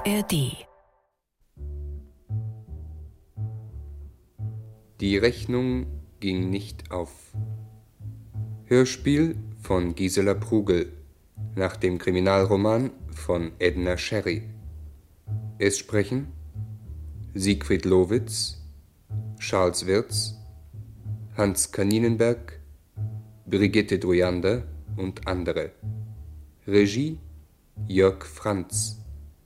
ARD. Die Rechnung ging nicht auf. Hörspiel von Gisela Prugel nach dem Kriminalroman von Edna Sherry. Es sprechen Siegfried Lowitz, Charles Wirz, Hans Kaninenberg, Brigitte Druyander und andere. Regie Jörg Franz.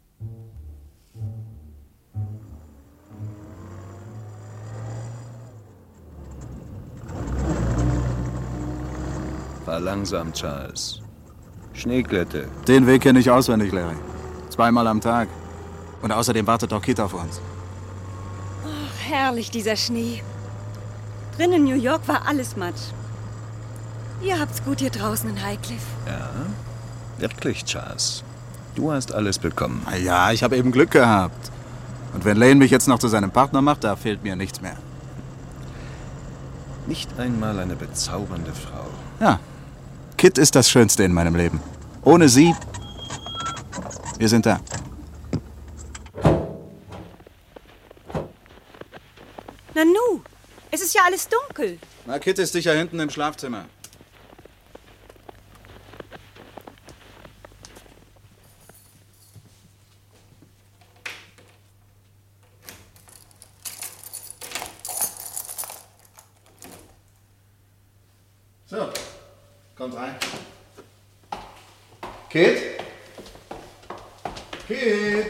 Fahr langsam, Charles. Schneeglätte. Den Weg kenne ich auswendig, Larry. 2-mal am Tag. Und außerdem wartet auch Kit auf uns. Ach, herrlich, dieser Schnee. Drin in New York war alles Matsch. Ihr habt's gut hier draußen in Highcliffe. Ja, wirklich, Charles. Du hast alles bekommen. Na ja, ich habe eben Glück gehabt. Und wenn Lane mich jetzt noch zu seinem Partner macht, da fehlt mir nichts mehr. Nicht einmal eine bezaubernde Frau. Ja, Kit ist das Schönste in meinem Leben. Ohne sie... Wir sind da. Nanu, es ist ja alles dunkel. Na, Kit ist sicher hinten im Schlafzimmer. So, kommt rein. Kit? Kit?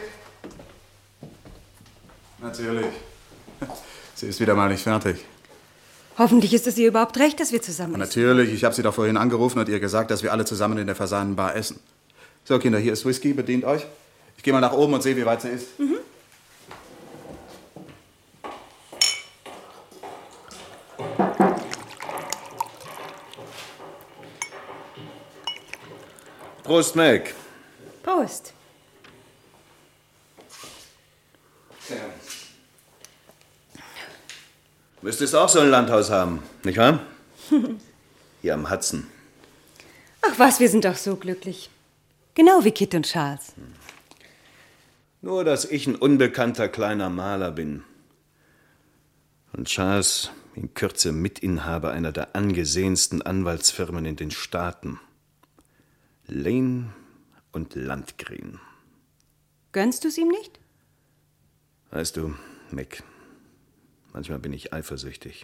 Natürlich. Sie ist wieder mal nicht fertig. Hoffentlich ist es ihr überhaupt recht, dass wir zusammen sind. Natürlich, ich habe sie doch vorhin angerufen und ihr gesagt, dass wir alle zusammen in der Fasanenbar essen. So, Kinder, hier ist Whisky, bedient euch. Ich gehe mal nach oben und sehe, wie weit sie ist. Mhm. Prost, Mac. Prost. Müsstest auch so ein Landhaus haben, nicht wahr? Hier am Hudson. Ach was, wir sind doch so glücklich. Genau wie Kit und Charles. Nur, dass ich ein unbekannter kleiner Maler bin. Und Charles in Kürze Mitinhaber einer der angesehensten Anwaltsfirmen in den Staaten. Lane und Landgren. Gönnst du es ihm nicht? Weißt du, Mac, manchmal bin ich eifersüchtig.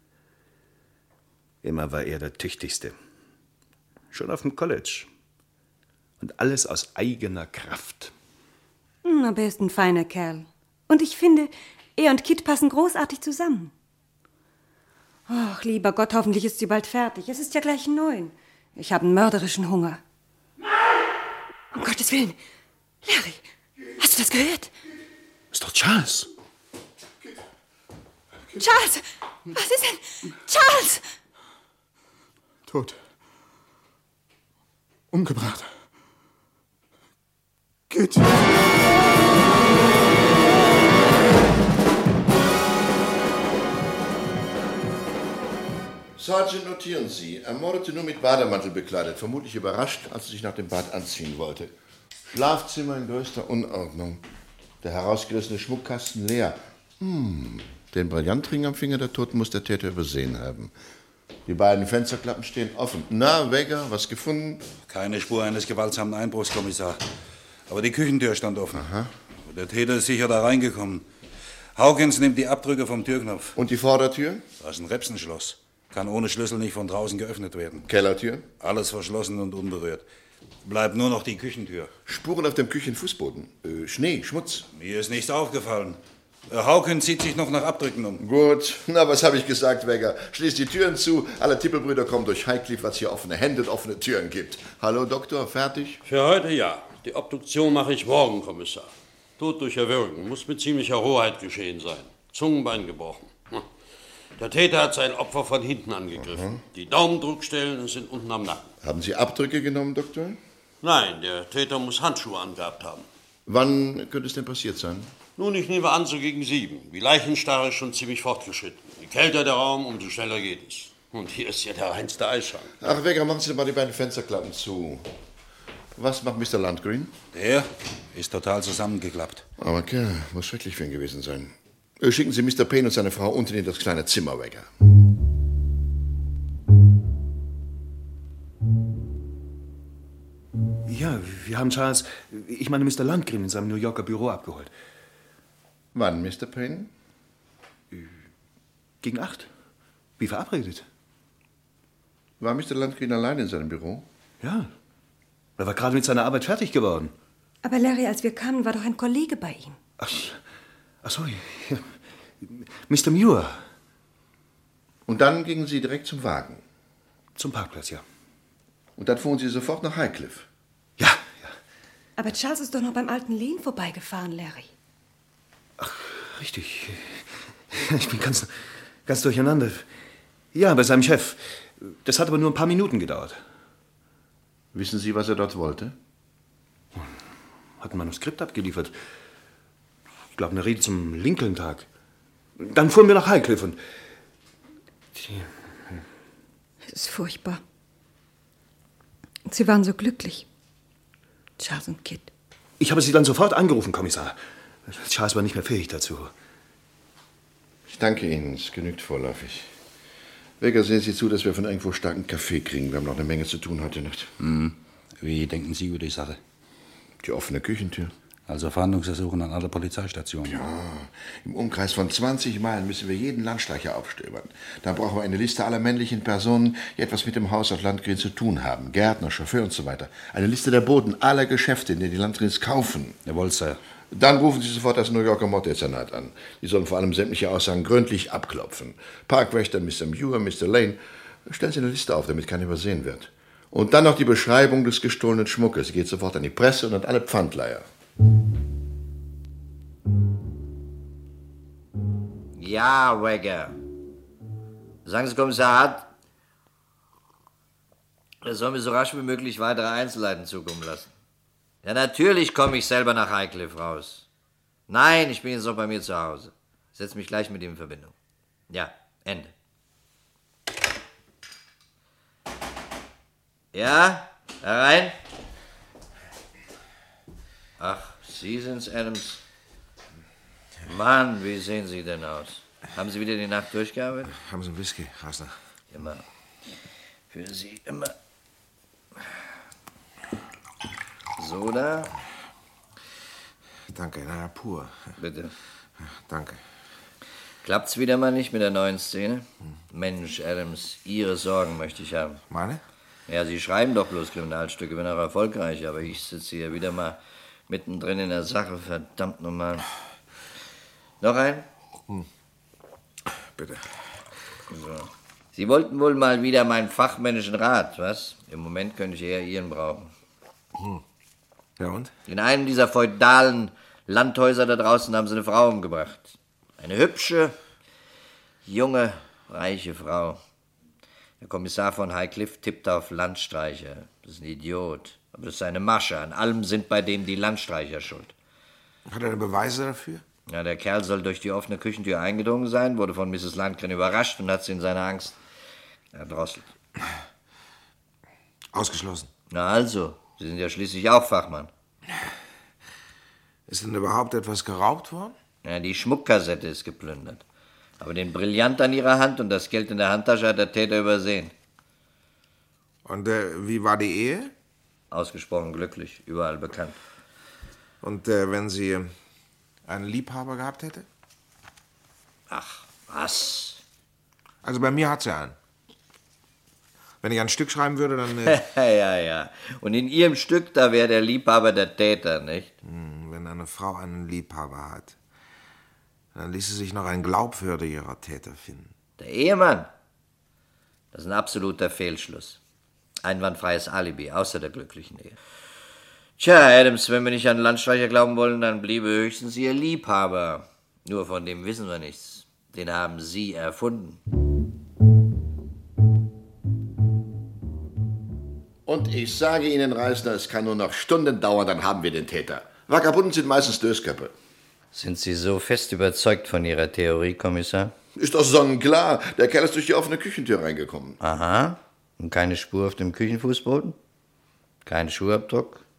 Immer war er der Tüchtigste. Schon auf dem College. Und alles aus eigener Kraft. Aber er ist ein feiner Kerl. Und ich finde, er und Kit passen großartig zusammen. Ach, lieber Gott, hoffentlich ist sie bald fertig. Es ist ja gleich 9. Ich habe einen mörderischen Hunger. Um Gottes Willen. Larry, hast du das gehört? Ist doch Charles. Charles, was ist denn? Charles! Tot. Umgebracht. Kit. Sergeant, notieren Sie. Ermordete nur mit Bademantel bekleidet. Vermutlich überrascht, als er sich nach dem Bad anziehen wollte. Schlafzimmer in größter Unordnung. Der herausgerissene Schmuckkasten leer. Den Brillantring am Finger der Toten muss der Täter übersehen haben. Die beiden Fensterklappen stehen offen. Na, Weger, was gefunden? Keine Spur eines gewaltsamen Einbruchs, Kommissar. Aber die Küchentür stand offen. Aha. Der Täter ist sicher da reingekommen. Hawkins nimmt die Abdrücke vom Türknopf. Und die Vordertür? Das ist ein Repsenschloss. Kann ohne Schlüssel nicht von draußen geöffnet werden. Kellertür? Alles verschlossen und unberührt. Bleibt nur noch die Küchentür. Spuren auf dem Küchenfußboden. Schnee, Schmutz. Mir ist nichts aufgefallen. Hawkins zieht sich noch nach Abdrücken um. Gut. Na, was habe ich gesagt, Weger? Schließ die Türen zu. Alle Tippelbrüder kommen durch Highcliffe, was hier offene Hände und offene Türen gibt. Hallo, Doktor, fertig? Für heute ja. Die Obduktion mache ich morgen, Kommissar. Tod durch Erwürgen muss mit ziemlicher Rohheit geschehen sein. Zungenbein gebrochen. Der Täter hat sein Opfer von hinten angegriffen. Die Daumendruckstellen sind unten am Nacken. Haben Sie Abdrücke genommen, Doktor? Nein, der Täter muss Handschuhe angehabt haben. Wann könnte es denn passiert sein? Nun, ich nehme an, so gegen 7. Die Leichenstarre ist schon ziemlich fortgeschritten. Je kälter der Raum, umso schneller geht es. Und hier ist ja der reinste Eisschrank. Ach, Weger, machen Sie doch mal die beiden Fensterklappen zu. Was macht Mr. Landgreen? Der ist total zusammengeklappt. Aber Kerl, muss schrecklich für ihn gewesen sein. Schicken Sie Mr. Payne und seine Frau unten in das kleine Zimmer, Wegger. Ja, wir haben Charles, ich meine Mr. Landgreen, in seinem New Yorker Büro abgeholt. Wann, Mr. Payne? Gegen 8. Wie verabredet. War Mr. Landgreen allein in seinem Büro? Ja. Er war gerade mit seiner Arbeit fertig geworden. Aber Larry, als wir kamen, war doch ein Kollege bei ihm. Ach so, ja. Mr. Muir. Und dann gingen Sie direkt zum Wagen? Zum Parkplatz, ja. Und dann fuhren Sie sofort nach Highcliffe? Ja. Aber Charles ist doch noch beim alten Lehn vorbeigefahren, Larry. Ach, richtig. Ich bin ganz durcheinander. Ja, bei seinem Chef. Das hat aber nur ein paar Minuten gedauert. Wissen Sie, was er dort wollte? Hat ein Manuskript abgeliefert. Ich glaube, eine Rede zum Lincoln-Tag. Dann fuhren wir nach Highcliffe und... Es ist furchtbar. Und Sie waren so glücklich. Charles und Kit. Ich habe Sie dann sofort angerufen, Kommissar. Charles war nicht mehr fähig dazu. Ich danke Ihnen, es genügt vorläufig. Wegger, sehen Sie zu, dass wir von irgendwo starken Kaffee kriegen. Wir haben noch eine Menge zu tun heute Nacht. Wie denken Sie über die Sache? Die offene Küchentür. Also Fahndungsersuchen an alle Polizeistationen. Ja, im Umkreis von 20 Meilen müssen wir jeden Landstreicher aufstöbern. Dann brauchen wir eine Liste aller männlichen Personen, die etwas mit dem Haus auf Landgreen zu tun haben. Gärtner, Chauffeur und so weiter. Eine Liste der Boden aller Geschäfte, in denen die Landgreens kaufen. Jawohl, Sir. Dann rufen Sie sofort das New Yorker Morddezernat an. Die sollen vor allem sämtliche Aussagen gründlich abklopfen. Parkwächter, Mr. Muir, Mr. Lane. Stellen Sie eine Liste auf, damit keiner übersehen wird. Und dann noch die Beschreibung des gestohlenen Schmuckes. Sie geht sofort an die Presse und an alle Pfandleiher. Ja, Wegger. Sagen Sie, Kommissar Hart, er soll mir so rasch wie möglich weitere Einzelheiten zukommen lassen. Ja, natürlich komme ich selber nach Highcliffe raus. Nein, ich bin jetzt noch bei mir zu Hause. Setz mich gleich mit ihm in Verbindung. Ja, Ende. Ja, herein. Ach, Sie sind's, Adams. Mann, wie sehen Sie denn aus? Haben Sie wieder die Nacht durchgearbeitet? Haben Sie einen Whisky, Hasner? Immer. Für Sie immer. Soda? Danke, na, pur. Bitte. Danke. Klappt's wieder mal nicht mit der neuen Szene? Mensch, Adams, Ihre Sorgen möchte ich haben. Meine? Ja, Sie schreiben doch bloß Kriminalstücke, wenn auch erfolgreich, aber ich sitze hier wieder mal mittendrin in der Sache, verdammt nochmal. Noch ein? Bitte. So. Sie wollten wohl mal wieder meinen fachmännischen Rat, was? Im Moment könnte ich eher Ihren brauchen. Ja und? In einem dieser feudalen Landhäuser da draußen haben sie eine Frau umgebracht. Eine hübsche, junge, reiche Frau. Der Kommissar von Highcliffe tippt auf Landstreicher. Das ist ein Idiot. Aber das ist eine Masche. An allem sind bei dem die Landstreicher schuld. Hat er Beweise dafür? Ja, der Kerl soll durch die offene Küchentür eingedrungen sein, wurde von Mrs. Landgren überrascht und hat sie in seiner Angst erdrosselt. Ausgeschlossen. Na also, Sie sind ja schließlich auch Fachmann. Ist denn überhaupt etwas geraubt worden? Ja, die Schmuckkassette ist geplündert. Aber den Brillant an ihrer Hand und das Geld in der Handtasche hat der Täter übersehen. Und wie war die Ehe? Ausgesprochen glücklich, überall bekannt. Und wenn sie einen Liebhaber gehabt hätte? Ach, was? Also bei mir hat sie einen. Wenn ich ein Stück schreiben würde, dann... Ja. Und in ihrem Stück, da wäre der Liebhaber der Täter, nicht? Wenn eine Frau einen Liebhaber hat, dann ließe sich noch ein glaubwürdigerer Täter finden. Der Ehemann? Das ist ein absoluter Fehlschluss. Einwandfreies Alibi, außer der glücklichen Ehe. Tja, Adams, wenn wir nicht an Landstreicher glauben wollen, dann bliebe höchstens Ihr Liebhaber. Nur von dem wissen wir nichts. Den haben Sie erfunden. Und ich sage Ihnen, Reisner, es kann nur noch Stunden dauern, dann haben wir den Täter. Vagabunden sind meistens Dösköppe. Sind Sie so fest überzeugt von Ihrer Theorie, Kommissar? Ist doch sonnenklar. Der Kerl ist durch die offene Küchentür reingekommen. Aha. Und keine Spur auf dem Küchenfußboden? Kein Schuhabdruck?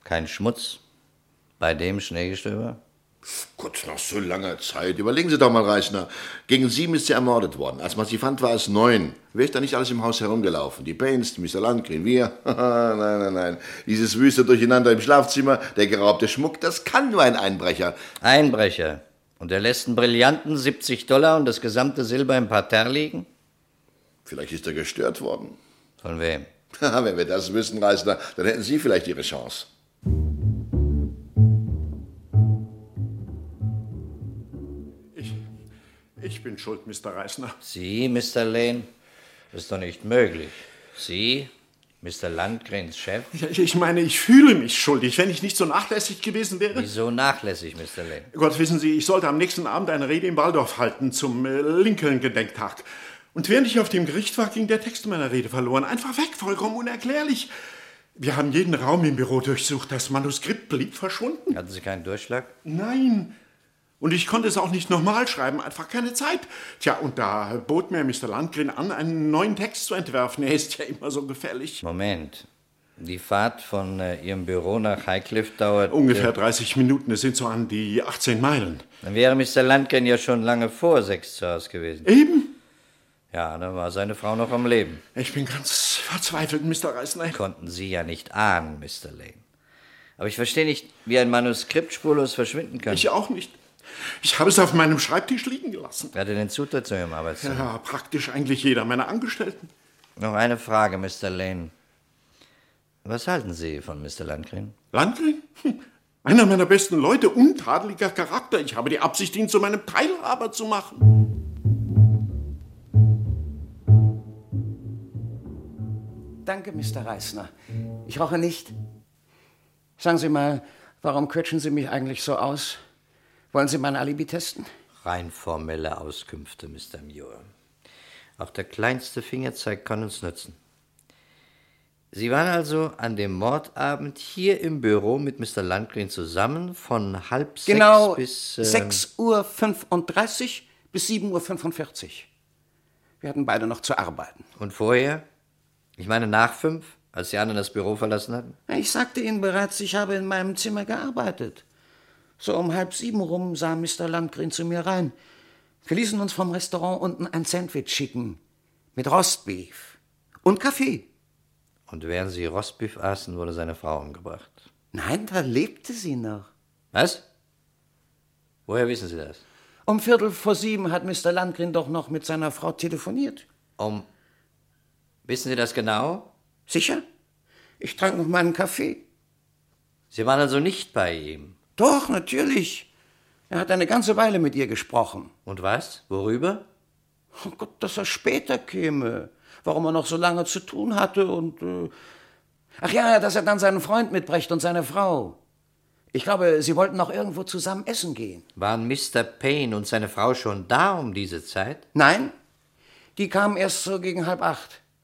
Kein Schmutz bei dem Schneegestöber? Gott, nach so langer Zeit. Überlegen Sie doch mal, Reisner. Gegen 7 ist sie ermordet worden. Als man sie fand, war es 9. Wer ist da nicht alles im Haus herumgelaufen? Die Pains, Mr. Landgren, wir? Nein. Dieses wüste Durcheinander im Schlafzimmer, der geraubte Schmuck, das kann nur ein Einbrecher. Einbrecher. Und er lässt einen brillanten $70 und das gesamte Silber im Parterre liegen? Vielleicht ist er gestört worden. Von wem? Wenn wir das wüssten, Reisner, dann hätten Sie vielleicht Ihre Chance. Ich bin schuld, Mr. Reisner. Sie, Mr. Lane? Das ist doch nicht möglich. Sie, Mr. Landgrens Chef? Ja, ich meine, ich fühle mich schuldig, wenn ich nicht so nachlässig gewesen wäre. Wieso nachlässig, Mr. Lane? Gott, wissen Sie, ich sollte am nächsten Abend eine Rede im Waldorf halten zum Lincoln-Gedenktag. Und während ich auf dem Gericht war, ging der Text meiner Rede verloren. Einfach weg, vollkommen unerklärlich. Wir haben jeden Raum im Büro durchsucht. Das Manuskript blieb verschwunden. Hatten Sie keinen Durchschlag? Nein. Und ich konnte es auch nicht nochmal schreiben, einfach keine Zeit. Tja, und da bot mir Mr. Landgren an, einen neuen Text zu entwerfen. Er ist ja immer so gefährlich. Moment. Die Fahrt von Ihrem Büro nach Highcliffe dauert... Ungefähr 30 Minuten. Es sind so an die 18 Meilen. Dann wäre Mr. Landgren ja schon lange vor 6 zu Hause gewesen. Eben. Ja, dann war seine Frau noch am Leben. Ich bin ganz verzweifelt, Mr. Reisner. Konnten Sie ja nicht ahnen, Mr. Lane. Aber ich verstehe nicht, wie ein Manuskript spurlos verschwinden kann. Ich auch nicht. Ich habe es auf meinem Schreibtisch liegen gelassen. Wer hatte den Zutritt zu Ihrem Arbeitszimmer? Ja, praktisch eigentlich jeder meiner Angestellten. Noch eine Frage, Mr. Lane. Was halten Sie von Mr. Landgren? Landgren? Einer meiner besten Leute, untadeliger Charakter. Ich habe die Absicht, ihn zu meinem Teilhaber zu machen. Danke, Mr. Reisner. Ich rauche nicht. Sagen Sie mal, warum quetschen Sie mich eigentlich so aus? Wollen Sie mein Alibi testen? Rein formelle Auskünfte, Mr. Muir. Auch der kleinste Fingerzeig kann uns nützen. Sie waren also an dem Mordabend hier im Büro mit Mr. Landgren zusammen von 5:30 genau bis... 6:35 Uhr bis 7:45 Uhr. Wir hatten beide noch zu arbeiten. Und vorher? Ich meine nach 5, als die anderen das Büro verlassen hatten? Ich sagte Ihnen bereits, ich habe in meinem Zimmer gearbeitet. So um 6:30 rum sah Mr. Landgren zu mir rein. Wir ließen uns vom Restaurant unten ein Sandwich schicken. Mit Rostbeef und Kaffee. Und während Sie Rostbeef aßen, wurde seine Frau umgebracht? Nein, da lebte sie noch. Was? Woher wissen Sie das? Um 6:45 hat Mr. Landgren doch noch mit seiner Frau telefoniert. Wissen Sie das genau? Sicher. Ich trank noch meinen Kaffee. Sie waren also nicht bei ihm? Doch, natürlich. Er hat eine ganze Weile mit ihr gesprochen. Und was? Worüber? Oh Gott, dass er später käme. Warum er noch so lange zu tun hatte und... Ach ja, dass er dann seinen Freund mitbrächt und seine Frau. Ich glaube, sie wollten noch irgendwo zusammen essen gehen. Waren Mr. Payne und seine Frau schon da um diese Zeit? Nein, die kamen erst so gegen 7:30.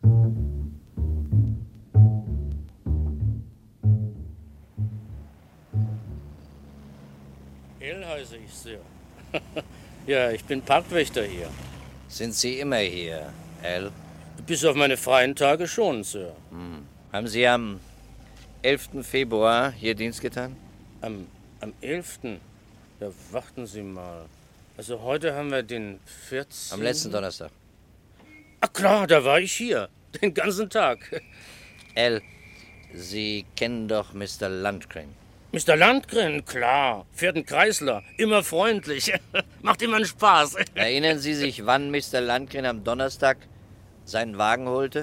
El heiße ich, Sir. Ja, ich bin Parkwächter hier. Sind Sie immer hier, Al? Bis auf meine freien Tage schon, Sir. Haben Sie am 11. Februar hier Dienst getan? Am 11.? Ja, warten Sie mal. Also heute haben wir den 14. Am letzten Donnerstag. Ach klar, da war ich hier. Den ganzen Tag. Al, Sie kennen doch Mr. Landgren. Mr. Landgren, klar. Fährt einen Kreisler. Immer freundlich. Macht immer einen Spaß. Erinnern Sie sich, wann Mr. Landgren am Donnerstag seinen Wagen holte?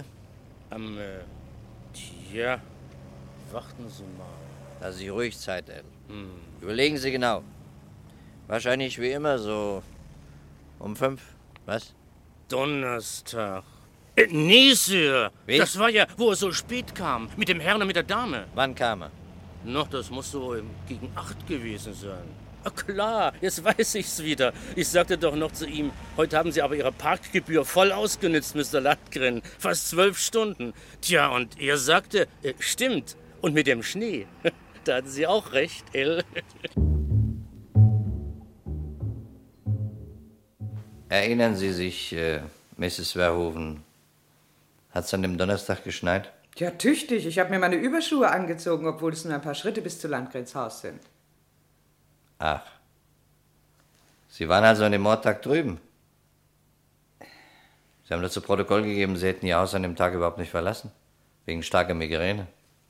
Tja, warten Sie mal. Lassen Sie ruhig Zeit, Al. Überlegen Sie genau. Wahrscheinlich wie immer so um 5. Was? Donnerstag. Nee, Sir. Wie? Das war ja, wo er so spät kam. Mit dem Herrn und mit der Dame. Wann kam er? Noch, das muss so gegen 8 gewesen sein. Ah, klar, jetzt weiß ich's wieder. Ich sagte doch noch zu ihm, heute haben Sie aber Ihre Parkgebühr voll ausgenutzt, Mr. Landgren. Fast 12 Stunden. Tja, und er sagte, stimmt. Und mit dem Schnee. Da hatten Sie auch recht, El. Erinnern Sie sich, Mrs. Verhoeven, hat es an dem Donnerstag geschneit? Ja, tüchtig. Ich habe mir meine Überschuhe angezogen, obwohl es nur ein paar Schritte bis zu Landgrens Haus sind. Ach. Sie waren also an dem Mordtag drüben? Sie haben das zu Protokoll gegeben, Sie hätten Ihr Haus an dem Tag überhaupt nicht verlassen. Wegen starker Migräne.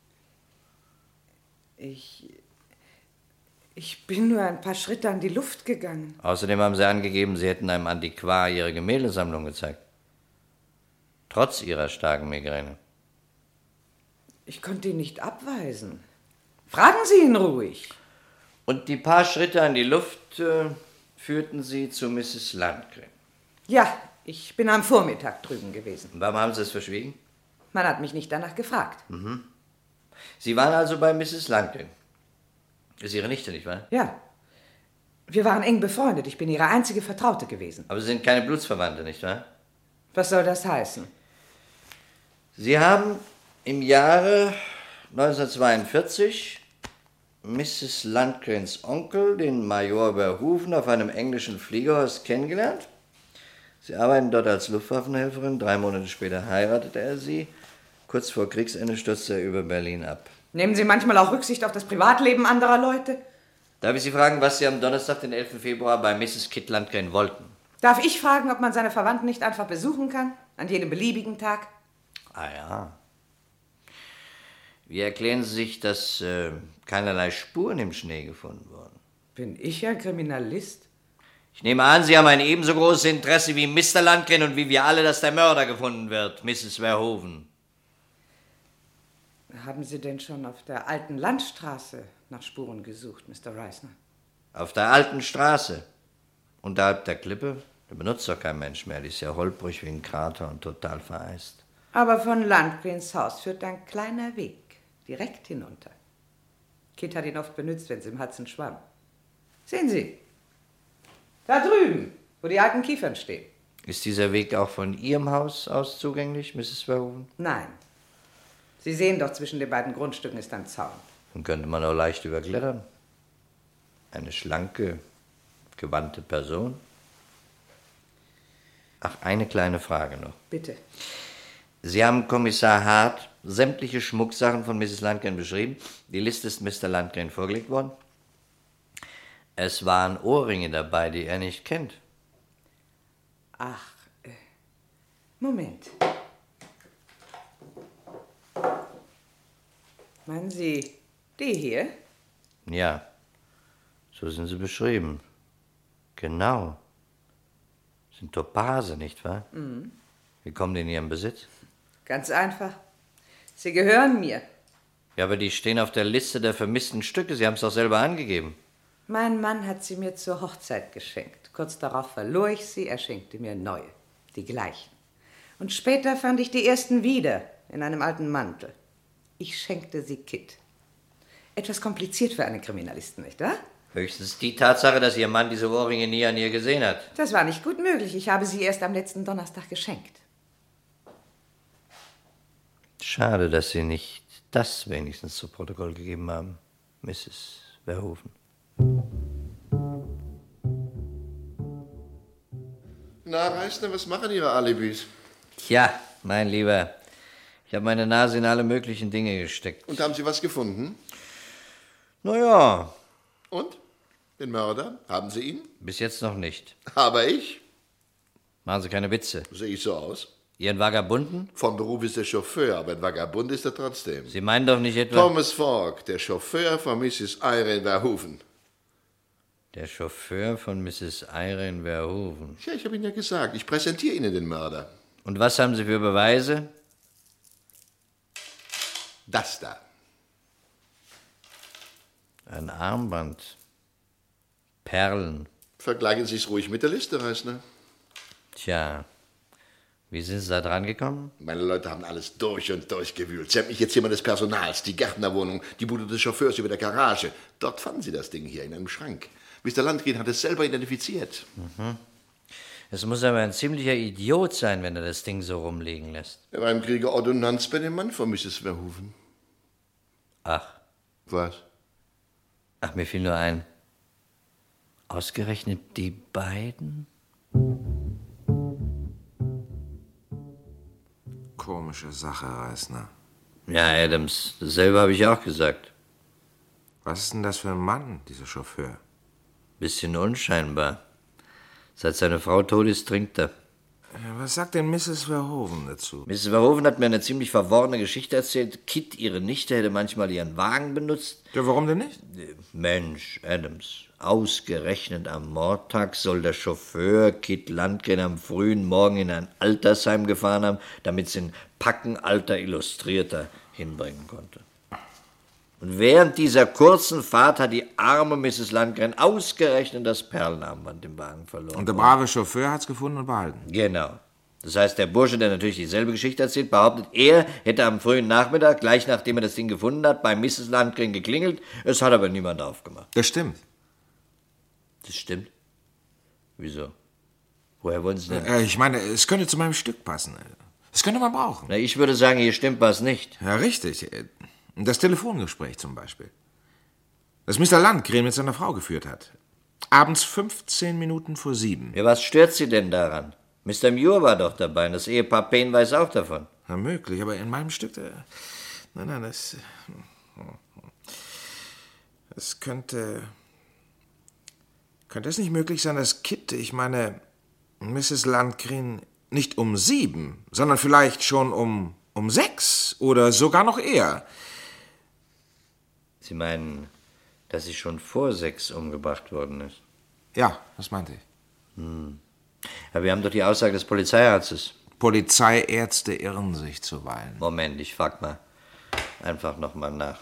Ich bin nur ein paar Schritte an die Luft gegangen. Außerdem haben Sie angegeben, Sie hätten einem Antiquar Ihre Gemäldesammlung gezeigt. Trotz Ihrer starken Migräne. Ich konnte ihn nicht abweisen. Fragen Sie ihn ruhig. Und die paar Schritte an die Luft führten Sie zu Mrs. Landgren. Ja, ich bin am Vormittag drüben gewesen. Und warum haben Sie es verschwiegen? Man hat mich nicht danach gefragt. Mhm. Sie waren also bei Mrs. Landgren. Ist Ihre Nichte, nicht wahr? Ja. Wir waren eng befreundet. Ich bin ihre einzige Vertraute gewesen. Aber Sie sind keine Blutsverwandte, nicht wahr? Was soll das heißen? Sie haben im Jahre 1942 Mrs. Landgrens Onkel, den Major Verhoeven, auf einem englischen Fliegerhorst kennengelernt. Sie arbeiten dort als Luftwaffenhelferin. 3 Monate später heiratete er sie. Kurz vor Kriegsende stürzte er über Berlin ab. Nehmen Sie manchmal auch Rücksicht auf das Privatleben anderer Leute? Darf ich Sie fragen, was Sie am Donnerstag, den 11. Februar, bei Mrs. Kit Landgren wollten? Darf ich fragen, ob man seine Verwandten nicht einfach besuchen kann? An jedem beliebigen Tag? Ah ja. Wie erklären Sie sich, dass keinerlei Spuren im Schnee gefunden wurden? Bin ich ein Kriminalist? Ich nehme an, Sie haben ein ebenso großes Interesse wie Mr. Landgren und wie wir alle, dass der Mörder gefunden wird, Mrs. Verhoeven. Haben Sie denn schon auf der alten Landstraße nach Spuren gesucht, Mr. Reisner? Auf der alten Straße. Unterhalb der Klippe? Da benutzt doch kein Mensch mehr. Die ist ja holprig wie ein Krater und total vereist. Aber von Landgrens Haus führt ein kleiner Weg direkt hinunter. Kit hat ihn oft benutzt, wenn sie im Hudson schwamm. Sehen Sie, da drüben, wo die alten Kiefern stehen. Ist dieser Weg auch von Ihrem Haus aus zugänglich, Mrs. Verhoeven? Nein. Sie sehen doch, zwischen den beiden Grundstücken ist ein Zaun. Den könnte man auch leicht überklettern. Eine schlanke, gewandte Person. Ach, eine kleine Frage noch. Bitte. Sie haben Kommissar Hart sämtliche Schmucksachen von Mrs. Landgren beschrieben. Die Liste ist Mr. Landgren vorgelegt worden. Es waren Ohrringe dabei, die er nicht kennt. Ach, Moment. Meinen Sie die hier? Ja, so sind sie beschrieben. Genau. Sind Topase, nicht wahr? Mhm. Wie kommen die in Ihren Besitz? Ganz einfach. Sie gehören mir. Ja, aber die stehen auf der Liste der vermissten Stücke. Sie haben es doch selber angegeben. Mein Mann hat sie mir zur Hochzeit geschenkt. Kurz darauf verlor ich sie, er schenkte mir neue, die gleichen. Und später fand ich die ersten wieder, in einem alten Mantel. Ich schenkte sie Kit. Etwas kompliziert für einen Kriminalisten, nicht wahr? Höchstens die Tatsache, dass Ihr Mann diese Ohrringe nie an ihr gesehen hat. Das war nicht gut möglich. Ich habe sie erst am letzten Donnerstag geschenkt. Schade, dass Sie nicht das wenigstens zu Protokoll gegeben haben, Mrs. Verhoeven. Na, Reisner, was machen Ihre Alibis? Tja, mein Lieber, ich habe meine Nase in alle möglichen Dinge gesteckt. Und haben Sie was gefunden? Naja. Und? Den Mörder? Haben Sie ihn? Bis jetzt noch nicht. Aber ich? Machen Sie keine Witze. Sehe ich so aus? Ihren Vagabunden? Von Beruf ist er Chauffeur, aber ein Vagabund ist er trotzdem. Sie meinen doch nicht etwa... Thomas Falk, der Chauffeur von Mrs. Irene Verhoeven. Der Chauffeur von Mrs. Irene Verhoeven. Ja, ich habe Ihnen ja gesagt, ich präsentiere Ihnen den Mörder. Und was haben Sie für Beweise? Das da. Ein Armband. Perlen. Vergleichen Sie es ruhig mit der Liste, Reisner. Tja, wie sind Sie da dran gekommen? Meine Leute haben alles durch und durch gewühlt. Sämtlich jetzt jemand des Personals, die Gärtnerwohnung, die Bude des Chauffeurs über der Garage. Dort fanden Sie das Ding hier in einem Schrank. Mr. Landgren hat es selber identifiziert. Mhm. Es muss aber ein ziemlicher Idiot sein, wenn er das Ding so rumliegen lässt. Er war im Kriege Ordonnanz bei dem Mann von Mrs. Verhoeven. Ach. Was? Ach, mir fiel nur ein. Ausgerechnet die beiden? Komische Sache, Reisner. Ja, Adams, dasselbe habe ich auch gesagt. Was ist denn das für ein Mann, dieser Chauffeur? Bisschen unscheinbar. Seit seine Frau tot ist, trinkt er. Was sagt denn Mrs. Verhoeven dazu? Mrs. Verhoeven hat mir eine ziemlich verworrene Geschichte erzählt. Kit, ihre Nichte, hätte manchmal ihren Wagen benutzt. Ja, warum denn nicht? Mensch, Adams, ausgerechnet am Mordtag soll der Chauffeur Kit Landgren am frühen Morgen in ein Altersheim gefahren haben, damit sie ein Packen alter Illustrierter hinbringen konnte. Und während dieser kurzen Fahrt hat die arme Mrs. Landgren ausgerechnet das Perlenarmband im Wagen verloren. Und der brave Chauffeur hat's gefunden und behalten. Genau. Das heißt, der Bursche, der natürlich dieselbe Geschichte erzählt, behauptet, er hätte am frühen Nachmittag, gleich nachdem er das Ding gefunden hat, bei Mrs. Landgren geklingelt. Es hat aber niemand aufgemacht. Das stimmt. Das stimmt? Wieso? Woher wollen Sie denn? Ich meine, es könnte zu meinem Stück passen. Das könnte man brauchen. Na, ich würde sagen, hier stimmt was nicht. Ja, richtig. Das Telefongespräch zum Beispiel. Das Mr. Landgren mit seiner Frau geführt hat. Abends 15 Minuten vor 7. Ja, was stört Sie denn daran? Mr. Muir war doch dabei und das Ehepaar Payne weiß auch davon. Na, möglich, aber in meinem Stück... Nein, das könnte... Könnte es nicht möglich sein, dass Kit, ich meine, Mrs. Landgren, nicht um 7, sondern vielleicht schon um 6 oder sogar noch eher... Sie meinen, dass sie schon vor 6 umgebracht worden ist? Ja, das meinte ich. Aber wir haben doch die Aussage des Polizeiarztes. Polizeiärzte irren sich zuweilen. Moment, ich frag mal einfach noch mal nach.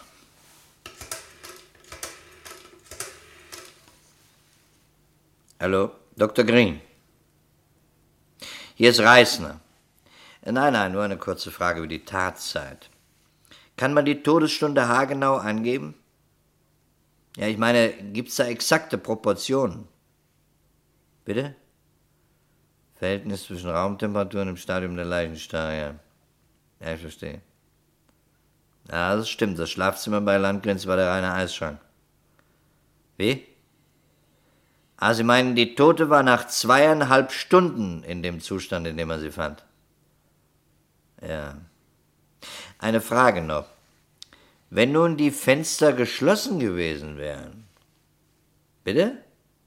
Hallo, Dr. Green. Hier ist Reisner. Nein, nur eine kurze Frage über die Tatzeit. Kann man die Todesstunde haargenau angeben? Ja, ich meine, gibt's da exakte Proportionen? Bitte? Verhältnis zwischen Raumtemperatur und dem Stadium der Leichenstarre, ja. Ja, ich verstehe. Ja, das stimmt. Das Schlafzimmer bei Landgren war der reine Eisschrank. Wie? Ah, Sie meinen, die Tote war nach 2,5 Stunden in dem Zustand, in dem man sie fand? Ja. Eine Frage noch. Wenn nun die Fenster geschlossen gewesen wären. Bitte?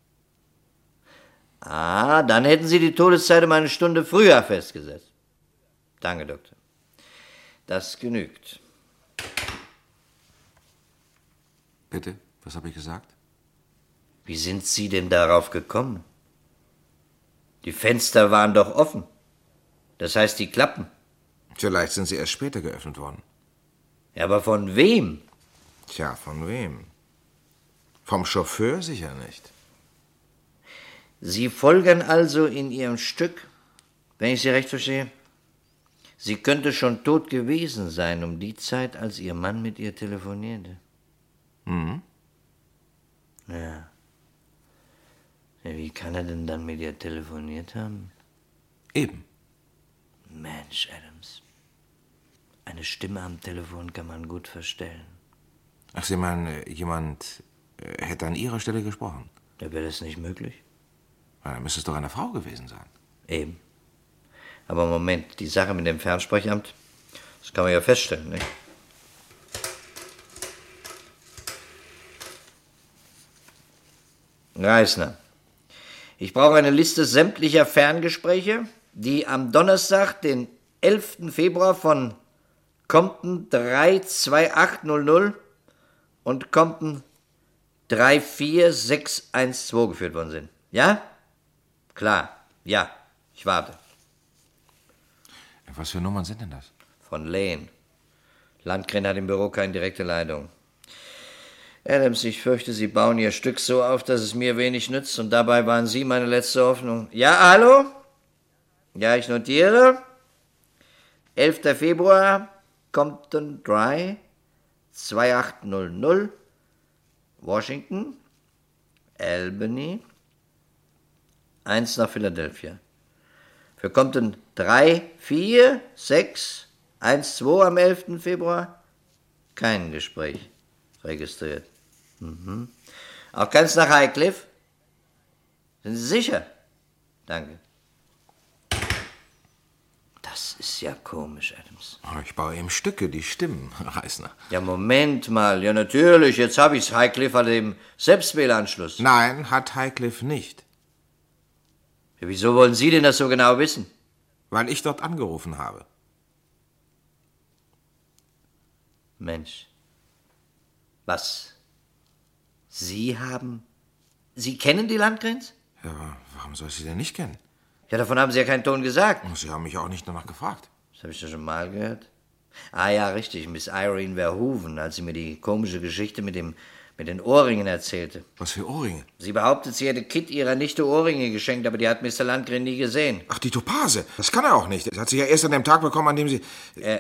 Ah, dann hätten Sie die Todeszeit um eine Stunde früher festgesetzt. Danke, Doktor. Das genügt. Bitte? Was habe ich gesagt? Wie sind Sie denn darauf gekommen? Die Fenster waren doch offen. Das heißt, die Klappen. Vielleicht sind sie erst später geöffnet worden. Ja, aber von wem? Tja, von wem? Vom Chauffeur sicher nicht. Sie folgern also in Ihrem Stück, wenn ich Sie recht verstehe, sie könnte schon tot gewesen sein um die Zeit, als Ihr Mann mit ihr telefonierte. Mhm. Ja. Ja, wie kann er denn dann mit ihr telefoniert haben? Eben. Mensch, Adams. Eine Stimme am Telefon kann man gut verstellen. Ach, Sie meinen, jemand hätte an Ihrer Stelle gesprochen? Ja, wäre das nicht möglich? Ja, dann müsste es doch eine Frau gewesen sein. Eben. Aber Moment, die Sache mit dem Fernsprechamt, das kann man ja feststellen, nicht? Reisner, ich brauche eine Liste sämtlicher Ferngespräche, die am Donnerstag, den 11. Februar von Compton 32800 und Compton 34612 geführt worden sind. Ja? Klar. Ja. Ich warte. Was für Nummern sind denn das? Von Lane. Landgren hat im Büro keine direkte Leitung. Adams, ich fürchte, Sie bauen Ihr Stück so auf, dass es mir wenig nützt, und dabei waren Sie meine letzte Hoffnung. Ja, hallo? Ja, ich notiere. 11. Februar, Compton Drive, 2800, Washington, Albany, 1 nach Philadelphia. Für Compton 34612 am 11. Februar kein Gespräch registriert. Mhm. Auch ganz nach Highcliffe? Sind Sie sicher? Danke. Das ist ja komisch, Adams. Ich baue ihm Stücke, die stimmen, Reisner. Ja, Moment mal. Ja, natürlich. Jetzt habe ich's. Highcliffe hat den Selbstwähleranschluss. Nein, hat Highcliffe nicht. Ja, wieso wollen Sie denn das so genau wissen? Weil ich dort angerufen habe. Mensch. Was? Sie kennen die Landgrens? Ja, warum soll ich sie denn nicht kennen? Ja, davon haben Sie ja keinen Ton gesagt. Sie haben mich auch nicht danach gefragt. Das habe ich doch schon mal gehört. Ah ja, richtig, Miss Irene Verhoeven, als sie mir die komische Geschichte mit den Ohrringen erzählte. Was für Ohrringe? Sie behauptet, sie hätte Kit ihrer Nichte Ohrringe geschenkt, aber die hat Mr. Landgren nie gesehen. Ach, die Topase. Das kann er auch nicht. Das hat sie ja erst an dem Tag bekommen, an dem sie...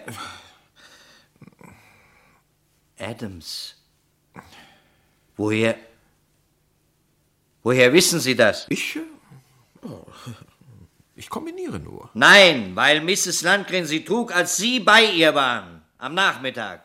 Adams. Woher wissen Sie das? Ich kombiniere nur. Nein, weil Mrs. Landgren sie trug, als Sie bei ihr waren. Am Nachmittag.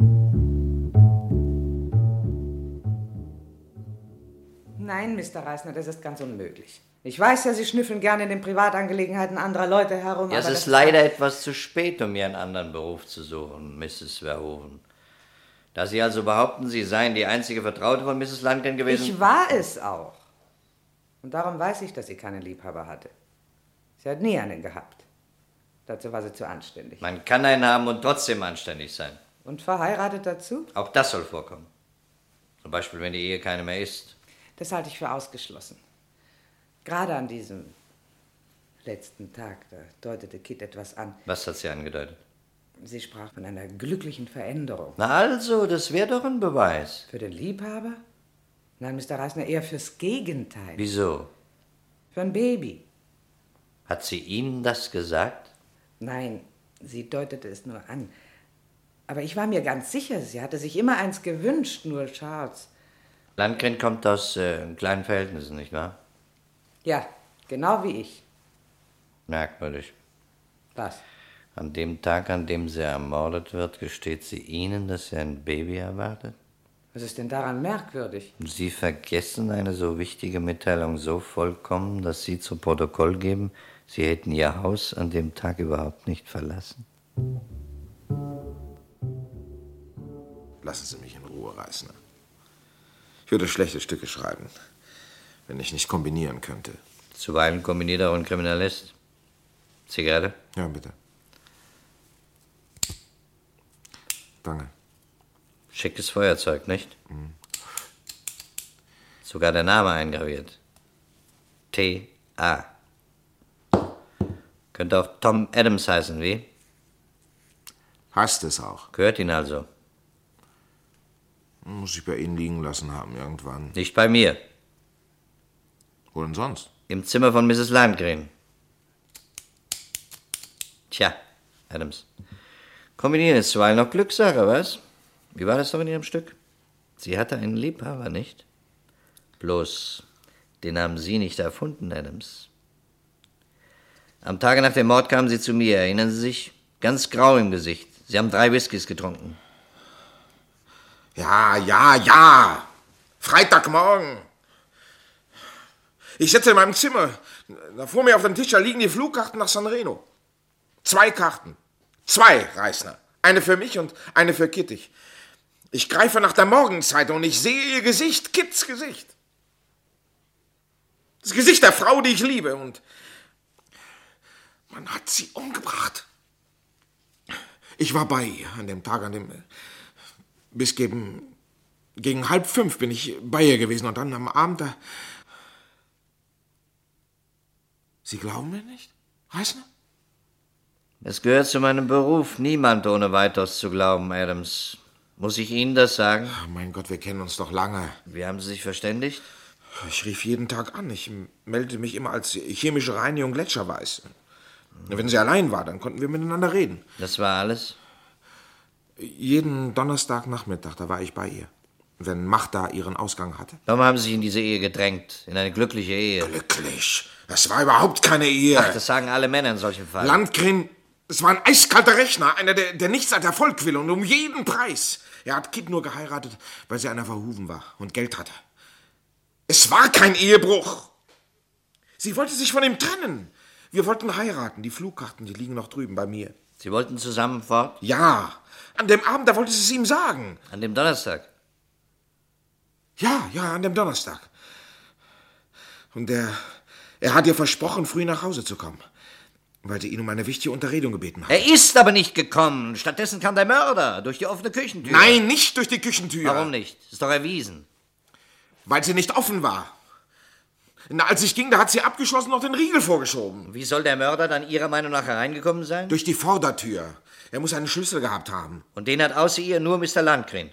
Nein, Mr. Reisner, das ist ganz unmöglich. Ich weiß ja, Sie schnüffeln gerne in den Privatangelegenheiten anderer Leute herum. Ja, es ist leider etwas zu spät, um mir einen anderen Beruf zu suchen, Mrs. Verhoeven. Da Sie also behaupten, Sie seien die einzige Vertraute von Mrs. Landgren gewesen... Ich war es auch. Und darum weiß ich, dass sie keinen Liebhaber hatte. Sie hat nie einen gehabt. Dazu war sie zu anständig. Man kann einen haben und trotzdem anständig sein. Und verheiratet dazu? Auch das soll vorkommen. Zum Beispiel, wenn die Ehe keine mehr ist. Das halte ich für ausgeschlossen. Gerade an diesem letzten Tag, da deutete Kit etwas an. Was hat sie angedeutet? Sie sprach von einer glücklichen Veränderung. Na also, das wäre doch ein Beweis. Für den Liebhaber? Nein, Mr. Reisner, eher fürs Gegenteil. Wieso? Für ein Baby. Hat sie Ihnen das gesagt? Nein, sie deutete es nur an. Aber ich war mir ganz sicher, sie hatte sich immer eins gewünscht, nur Charles. Landgren kommt aus kleinen Verhältnissen, nicht wahr? Ja, genau wie ich. Merkwürdig. Was? An dem Tag, an dem sie ermordet wird, gesteht sie Ihnen, dass sie ein Baby erwartet? Was ist denn daran merkwürdig? Sie vergessen eine so wichtige Mitteilung so vollkommen, dass Sie zu Protokoll geben, Sie hätten Ihr Haus an dem Tag überhaupt nicht verlassen? Lassen Sie mich in Ruhe, Reisner. Ich würde schlechte Stücke schreiben, wenn ich nicht kombinieren könnte. Zuweilen kombiniert auch ein Kriminalist. Zigarette? Ja, bitte. Danke. Schickes Feuerzeug, nicht? Sogar der Name eingraviert. T.A. Könnte auch Tom Adams heißen, wie? Heißt es auch. Gehört Ihnen also? Muss ich bei Ihnen liegen lassen haben, irgendwann. Nicht bei mir. Wo denn sonst? Im Zimmer von Mrs. Landgren. Tja, Adams. Kombinieren ist zuweilen noch Glückssache, was? Wie war das doch in Ihrem Stück? Sie hatte einen Liebhaber, nicht? Bloß, den haben Sie nicht erfunden, Adams. Am Tage nach dem Mord kamen Sie zu mir, erinnern Sie sich? Ganz grau im Gesicht. Sie haben 3 Whiskys getrunken. Ja. Freitagmorgen. Ich sitze in meinem Zimmer. Da vor mir auf dem Tisch, da liegen die Flugkarten nach San Reno. 2 Karten. 2, Reisner. Eine für mich und eine für Kitty. Ich greife nach der Morgenzeitung und ich sehe ihr Gesicht, Kits Gesicht. Das Gesicht der Frau, die ich liebe. Und man hat sie umgebracht. Ich war bei ihr an dem Tag, an dem... Bis gegen 4:30 bin ich bei ihr gewesen und dann am Abend da... Sie glauben mir nicht, Reisner? Es gehört zu meinem Beruf, niemand ohne weiteres zu glauben, Adams. Muss ich Ihnen das sagen? Oh mein Gott, wir kennen uns doch lange. Wie haben Sie sich verständigt? Ich rief jeden Tag an. Ich meldete mich immer als chemische Reinigung Gletscherweiß. Wenn sie allein war, dann konnten wir miteinander reden. Das war alles? Jeden Donnerstagnachmittag, da war ich bei ihr. Wenn Magda ihren Ausgang hatte. Warum haben Sie sich in diese Ehe gedrängt? In eine glückliche Ehe? Glücklich? Das war überhaupt keine Ehe. Ach, das sagen alle Männer in solchen Fällen. Landgren, es war ein eiskalter Rechner. Einer, der nichts als Erfolg will und um jeden Preis. Er hat Kit nur geheiratet, weil sie einer Verhoeven war und Geld hatte. Es war kein Ehebruch. Sie wollte sich von ihm trennen. Wir wollten heiraten. Die Flugkarten, die liegen noch drüben bei mir. Sie wollten zusammen fort? Ja. An dem Abend, da wollte sie es ihm sagen. An dem Donnerstag? Ja, an dem Donnerstag. Und er hat ihr versprochen, früh nach Hause zu kommen, weil sie ihn um eine wichtige Unterredung gebeten hat. Er ist aber nicht gekommen. Stattdessen kam der Mörder durch die offene Küchentür. Nein, nicht durch die Küchentür. Warum nicht? Ist doch erwiesen. Weil sie nicht offen war. Na, als ich ging, da hat sie abgeschlossen noch den Riegel vorgeschoben. Wie soll der Mörder dann Ihrer Meinung nach hereingekommen sein? Durch die Vordertür. Er muss einen Schlüssel gehabt haben. Und den hat außer ihr nur Mr. Landgren.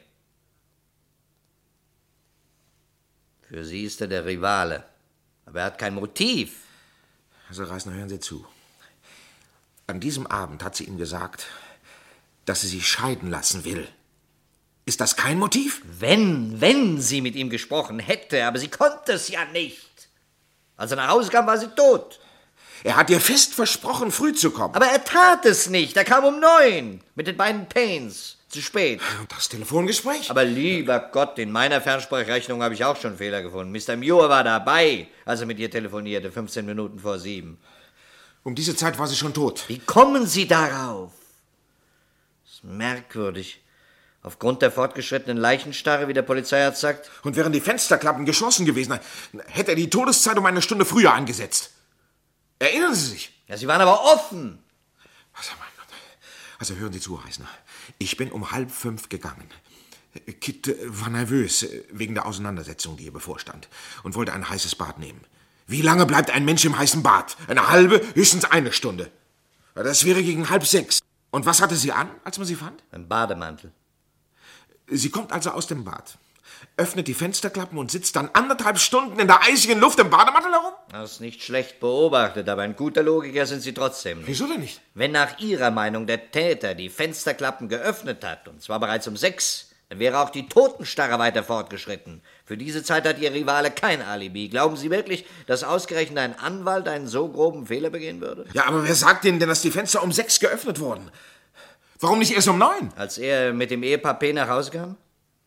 Für Sie ist er der Rivale. Aber er hat kein Motiv. Also, Reisner, hören Sie zu. An diesem Abend hat sie ihm gesagt, dass sie sich scheiden lassen will. Ist das kein Motiv? Wenn sie mit ihm gesprochen hätte, aber sie konnte es ja nicht. Als er nach Hause kam, war sie tot. Er hat ihr fest versprochen, früh zu kommen. Aber er tat es nicht. Er kam um 9 mit den beiden Pains. Zu spät. Und das Telefongespräch? Aber lieber Gott, in meiner Fernsprechrechnung habe ich auch schon Fehler gefunden. Mr. Muir war dabei, als er mit ihr telefonierte, 15 Minuten vor 7. Um diese Zeit war sie schon tot. Wie kommen Sie darauf? Das ist merkwürdig. Aufgrund der fortgeschrittenen Leichenstarre, wie der Polizeiarzt sagt. Und wären die Fensterklappen geschlossen gewesen, hätte er die Todeszeit um eine Stunde früher angesetzt. Erinnern Sie sich? Ja, sie waren aber offen. Also, mein Gott. Also, hören Sie zu, Reisner. Ich bin um 4:30 gegangen. Kit war nervös wegen der Auseinandersetzung, die ihr bevorstand, und wollte ein heißes Bad nehmen. Wie lange bleibt ein Mensch im heißen Bad? Eine halbe, höchstens eine Stunde. Das wäre gegen 5:30. Und was hatte sie an, als man sie fand? Ein Bademantel. Sie kommt also aus dem Bad, öffnet die Fensterklappen und sitzt dann 1,5 Stunden in der eisigen Luft im Bademantel herum? Das ist nicht schlecht beobachtet, aber ein guter Logiker sind Sie trotzdem nicht. Wieso denn nicht? Wenn nach Ihrer Meinung der Täter die Fensterklappen geöffnet hat, und zwar bereits um 6, dann wäre auch die Totenstarre weiter fortgeschritten. Für diese Zeit hat Ihr Rivale kein Alibi. Glauben Sie wirklich, dass ausgerechnet ein Anwalt einen so groben Fehler begehen würde? Ja, aber wer sagt Ihnen denn, dass die Fenster um 6 geöffnet wurden? Warum nicht erst um 9? Als er mit dem Ehepaar P. nach Hause kam?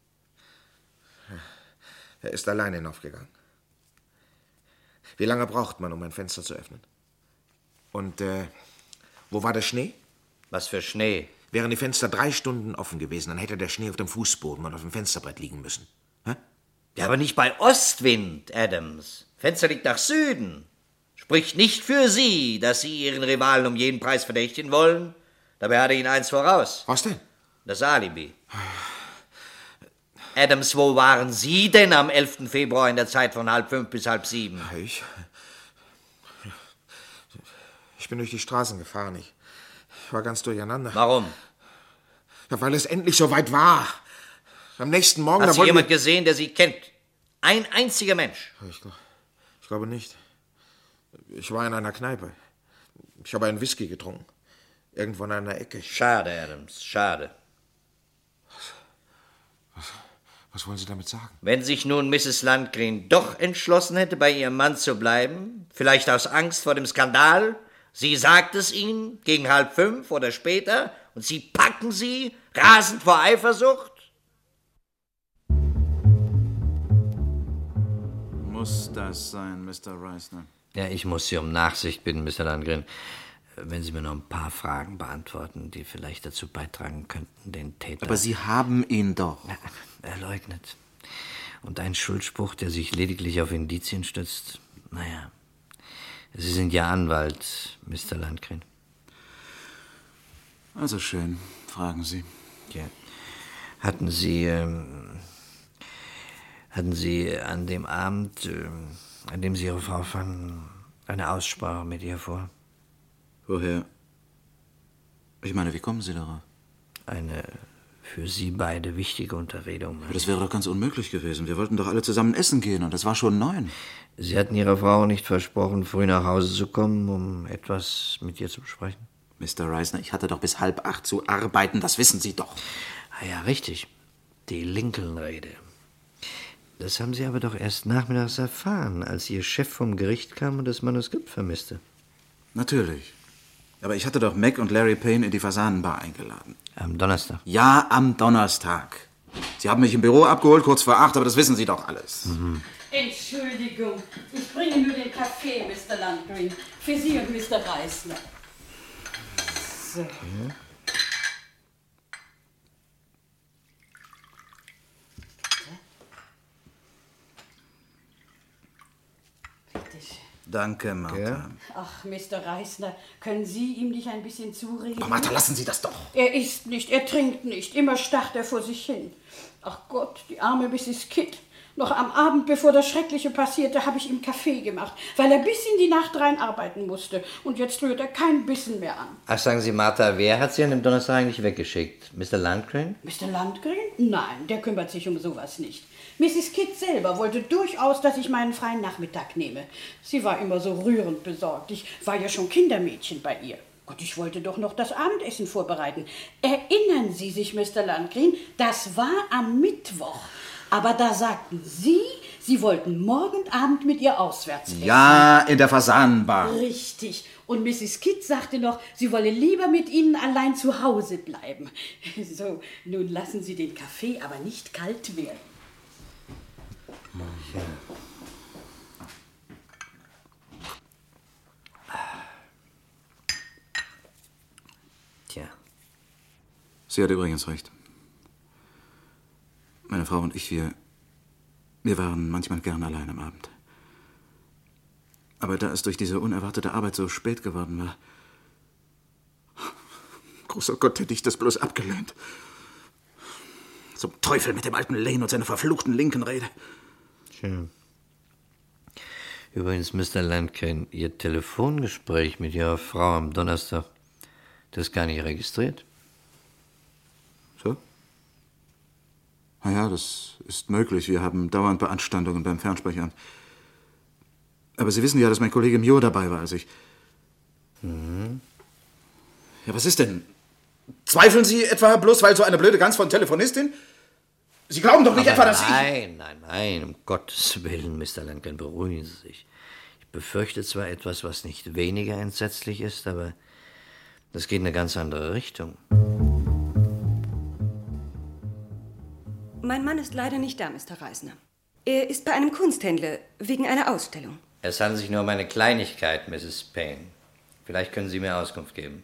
Er ist alleine hinaufgegangen. Wie lange braucht man, um ein Fenster zu öffnen? Und, wo war der Schnee? Was für Schnee? Wären die Fenster 3 Stunden offen gewesen, dann hätte der Schnee auf dem Fußboden und auf dem Fensterbrett liegen müssen. Hä? Ja, aber nicht bei Ostwind, Adams. Fenster liegt nach Süden. Spricht nicht für Sie, dass Sie Ihren Rivalen um jeden Preis verdächtigen wollen. Dabei hat er Ihnen eins voraus. Was denn? Das Alibi. Adams, wo waren Sie denn am 11. Februar in der Zeit von 4:30 bis 6:30? Ich bin durch die Straßen gefahren. Ich war ganz durcheinander. Warum? Ja, weil es endlich soweit war. Am nächsten Morgen... Hat Sie jemand gesehen, der Sie kennt? Ein einziger Mensch? Ich glaube nicht. Ich war in einer Kneipe. Ich habe einen Whisky getrunken. Irgendwo in einer Ecke. Schade, Adams, schade. Was wollen Sie damit sagen? Wenn sich nun Mrs. Landgren doch entschlossen hätte, bei ihrem Mann zu bleiben, vielleicht aus Angst vor dem Skandal, sie sagt es Ihnen gegen 4:30 oder später, und Sie packen sie, rasend vor Eifersucht? Muss das sein, Mr. Reisner? Ja, ich muss Sie um Nachsicht bitten, Mr. Landgren. Wenn Sie mir noch ein paar Fragen beantworten, die vielleicht dazu beitragen könnten, den Täter... Aber Sie haben ihn doch. Er leugnet. Und ein Schuldspruch, der sich lediglich auf Indizien stützt. Naja, Sie sind ja Anwalt, Mr. Landgren. Also schön, fragen Sie. Ja. Hatten Sie an dem Abend, an dem Sie Ihre Frau fanden, eine Aussprache mit ihr vor? Woher? Ich meine, wie kommen Sie darauf? Eine für Sie beide wichtige Unterredung. Aber das wäre doch ganz unmöglich gewesen. Wir wollten doch alle zusammen essen gehen und es war schon 9. Sie hatten Ihrer Frau nicht versprochen, früh nach Hause zu kommen, um etwas mit ihr zu besprechen? Mr. Reisner, ich hatte doch bis 7:30 zu arbeiten, das wissen Sie doch. Ah ja, richtig. Die Lincoln-Rede. Das haben Sie aber doch erst nachmittags erfahren, als Ihr Chef vom Gericht kam und das Manuskript vermisste. Natürlich. Aber ich hatte doch Mac und Larry Payne in die Fasanenbar eingeladen. Am Donnerstag? Ja, am Donnerstag. Sie haben mich im Büro abgeholt, kurz vor 8, aber das wissen Sie doch alles. Entschuldigung, ich bringe nur den Kaffee, Mr. Landgreen. Für Sie und Mr. Reisner. So. Ja. Danke, Martha. Ja. Ach, Mr. Reisner, können Sie ihm nicht ein bisschen zureden? Oh, Martha, lassen Sie das doch. Er isst nicht, er trinkt nicht, immer starrt er vor sich hin. Ach Gott, die arme Mrs. Kidd. Noch am Abend, bevor das Schreckliche passierte, habe ich ihm Kaffee gemacht, weil er bis in die Nacht rein arbeiten musste. Und jetzt rührt er kein Bissen mehr an. Ach, sagen Sie, Martha, wer hat Sie an dem Donnerstag eigentlich weggeschickt? Mr. Landgreen? Mr. Landgreen? Nein, der kümmert sich um sowas nicht. Mrs. Kidd selber wollte durchaus, dass ich meinen freien Nachmittag nehme. Sie war immer so rührend besorgt. Ich war ja schon Kindermädchen bei ihr. Gott, ich wollte doch noch das Abendessen vorbereiten. Erinnern Sie sich, Mr. Landgreen, das war am Mittwoch. Aber da sagten Sie, Sie wollten morgen Abend mit ihr auswärts essen. Ja, in der Fasanenbar. Richtig. Und Mrs. Kidd sagte noch, sie wolle lieber mit Ihnen allein zu Hause bleiben. So, nun lassen Sie den Kaffee aber nicht kalt werden. Ja. Tja. Sie hat übrigens recht. Meine Frau und ich, wir waren manchmal gern allein am Abend. Aber da es durch diese unerwartete Arbeit so spät geworden war, großer Gott, hätte ich das bloß abgelehnt. Zum Teufel mit dem alten Lane und seiner verfluchten linken Rede. Tja. Übrigens, Mr. Landgreen, Ihr Telefongespräch mit Ihrer Frau am Donnerstag, das ist gar nicht registriert. So? Na ja, das ist möglich. Wir haben dauernd Beanstandungen beim Fernsprechern. Aber Sie wissen ja, dass mein Kollege Mio dabei war, als ich... Mhm. Ja, was ist denn? Zweifeln Sie etwa bloß, weil so eine blöde Gans von Telefonistin? Sie glauben doch nicht Aber etwa, dass Nein, um Gottes Willen, Mr. Landgreen, beruhigen Sie sich. Ich befürchte zwar etwas, was nicht weniger entsetzlich ist, aber das geht in eine ganz andere Richtung. Mein Mann ist leider nicht da, Mr. Reisner. Er ist bei einem Kunsthändler wegen einer Ausstellung. Es handelt sich nur um eine Kleinigkeit, Mrs. Payne. Vielleicht können Sie mir Auskunft geben.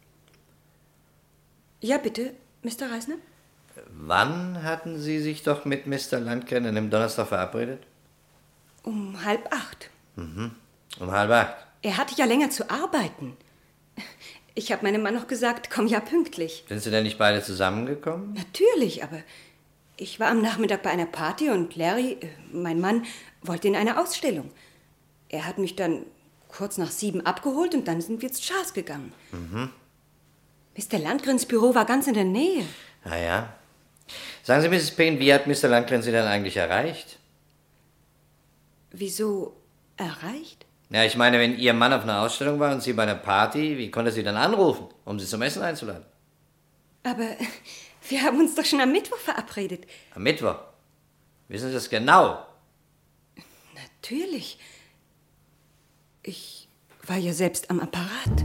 Ja, bitte, Mr. Reisner? Wann hatten Sie sich doch mit Mr. Landgreen an dem Donnerstag verabredet? Um 7:30. Mhm. Um 7:30. Er hatte ja länger zu arbeiten. Ich habe meinem Mann noch gesagt, komm ja pünktlich. Sind Sie denn nicht beide zusammengekommen? Natürlich, aber ich war am Nachmittag bei einer Party und Larry, mein Mann, wollte in eine Ausstellung. Er hat mich dann kurz nach 7 abgeholt und dann sind wir zu Charles gegangen. Mhm. Mr. Landgrens Büro war ganz in der Nähe. Na ja. Sagen Sie, Mrs. Payne, wie hat Mr. Landgreen Sie denn eigentlich erreicht? Wieso erreicht? Ja, ich meine, wenn Ihr Mann auf einer Ausstellung war und Sie bei einer Party, wie konnte er Sie dann anrufen, um Sie zum Essen einzuladen? Aber wir haben uns doch schon am Mittwoch verabredet. Am Mittwoch? Wissen Sie das genau? Natürlich. Ich war ja selbst am Apparat.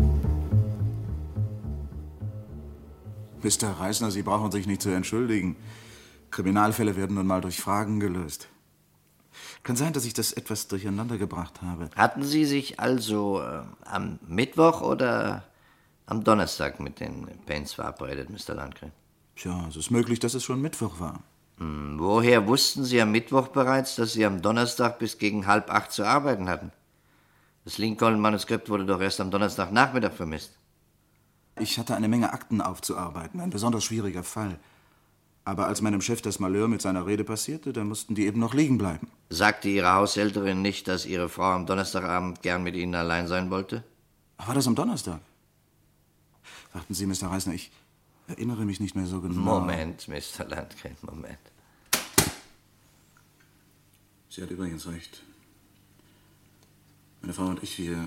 Mr. Reisner, Sie brauchen sich nicht zu entschuldigen. Kriminalfälle werden nun mal durch Fragen gelöst. Kann sein, dass ich das etwas durcheinander gebracht habe. Hatten Sie sich also am Mittwoch oder am Donnerstag mit den Paynes verabredet, Mr. Landgreen? Tja, es ist möglich, dass es schon Mittwoch war. Woher wussten Sie am Mittwoch bereits, dass Sie am Donnerstag bis gegen 7:30 zu arbeiten hatten? Das Lincoln-Manuskript wurde doch erst am Donnerstagnachmittag vermisst. Ich hatte eine Menge Akten aufzuarbeiten, ein besonders schwieriger Fall. Aber als meinem Chef das Malheur mit seiner Rede passierte, da mussten die eben noch liegen bleiben. Sagte Ihre Haushälterin nicht, dass Ihre Frau am Donnerstagabend gern mit Ihnen allein sein wollte? War das am Donnerstag? Warten Sie, Mr. Reisner, ich erinnere mich nicht mehr so genau. Moment, Mr. Landgreen, Moment. Sie hat übrigens recht. Meine Frau und ich, wir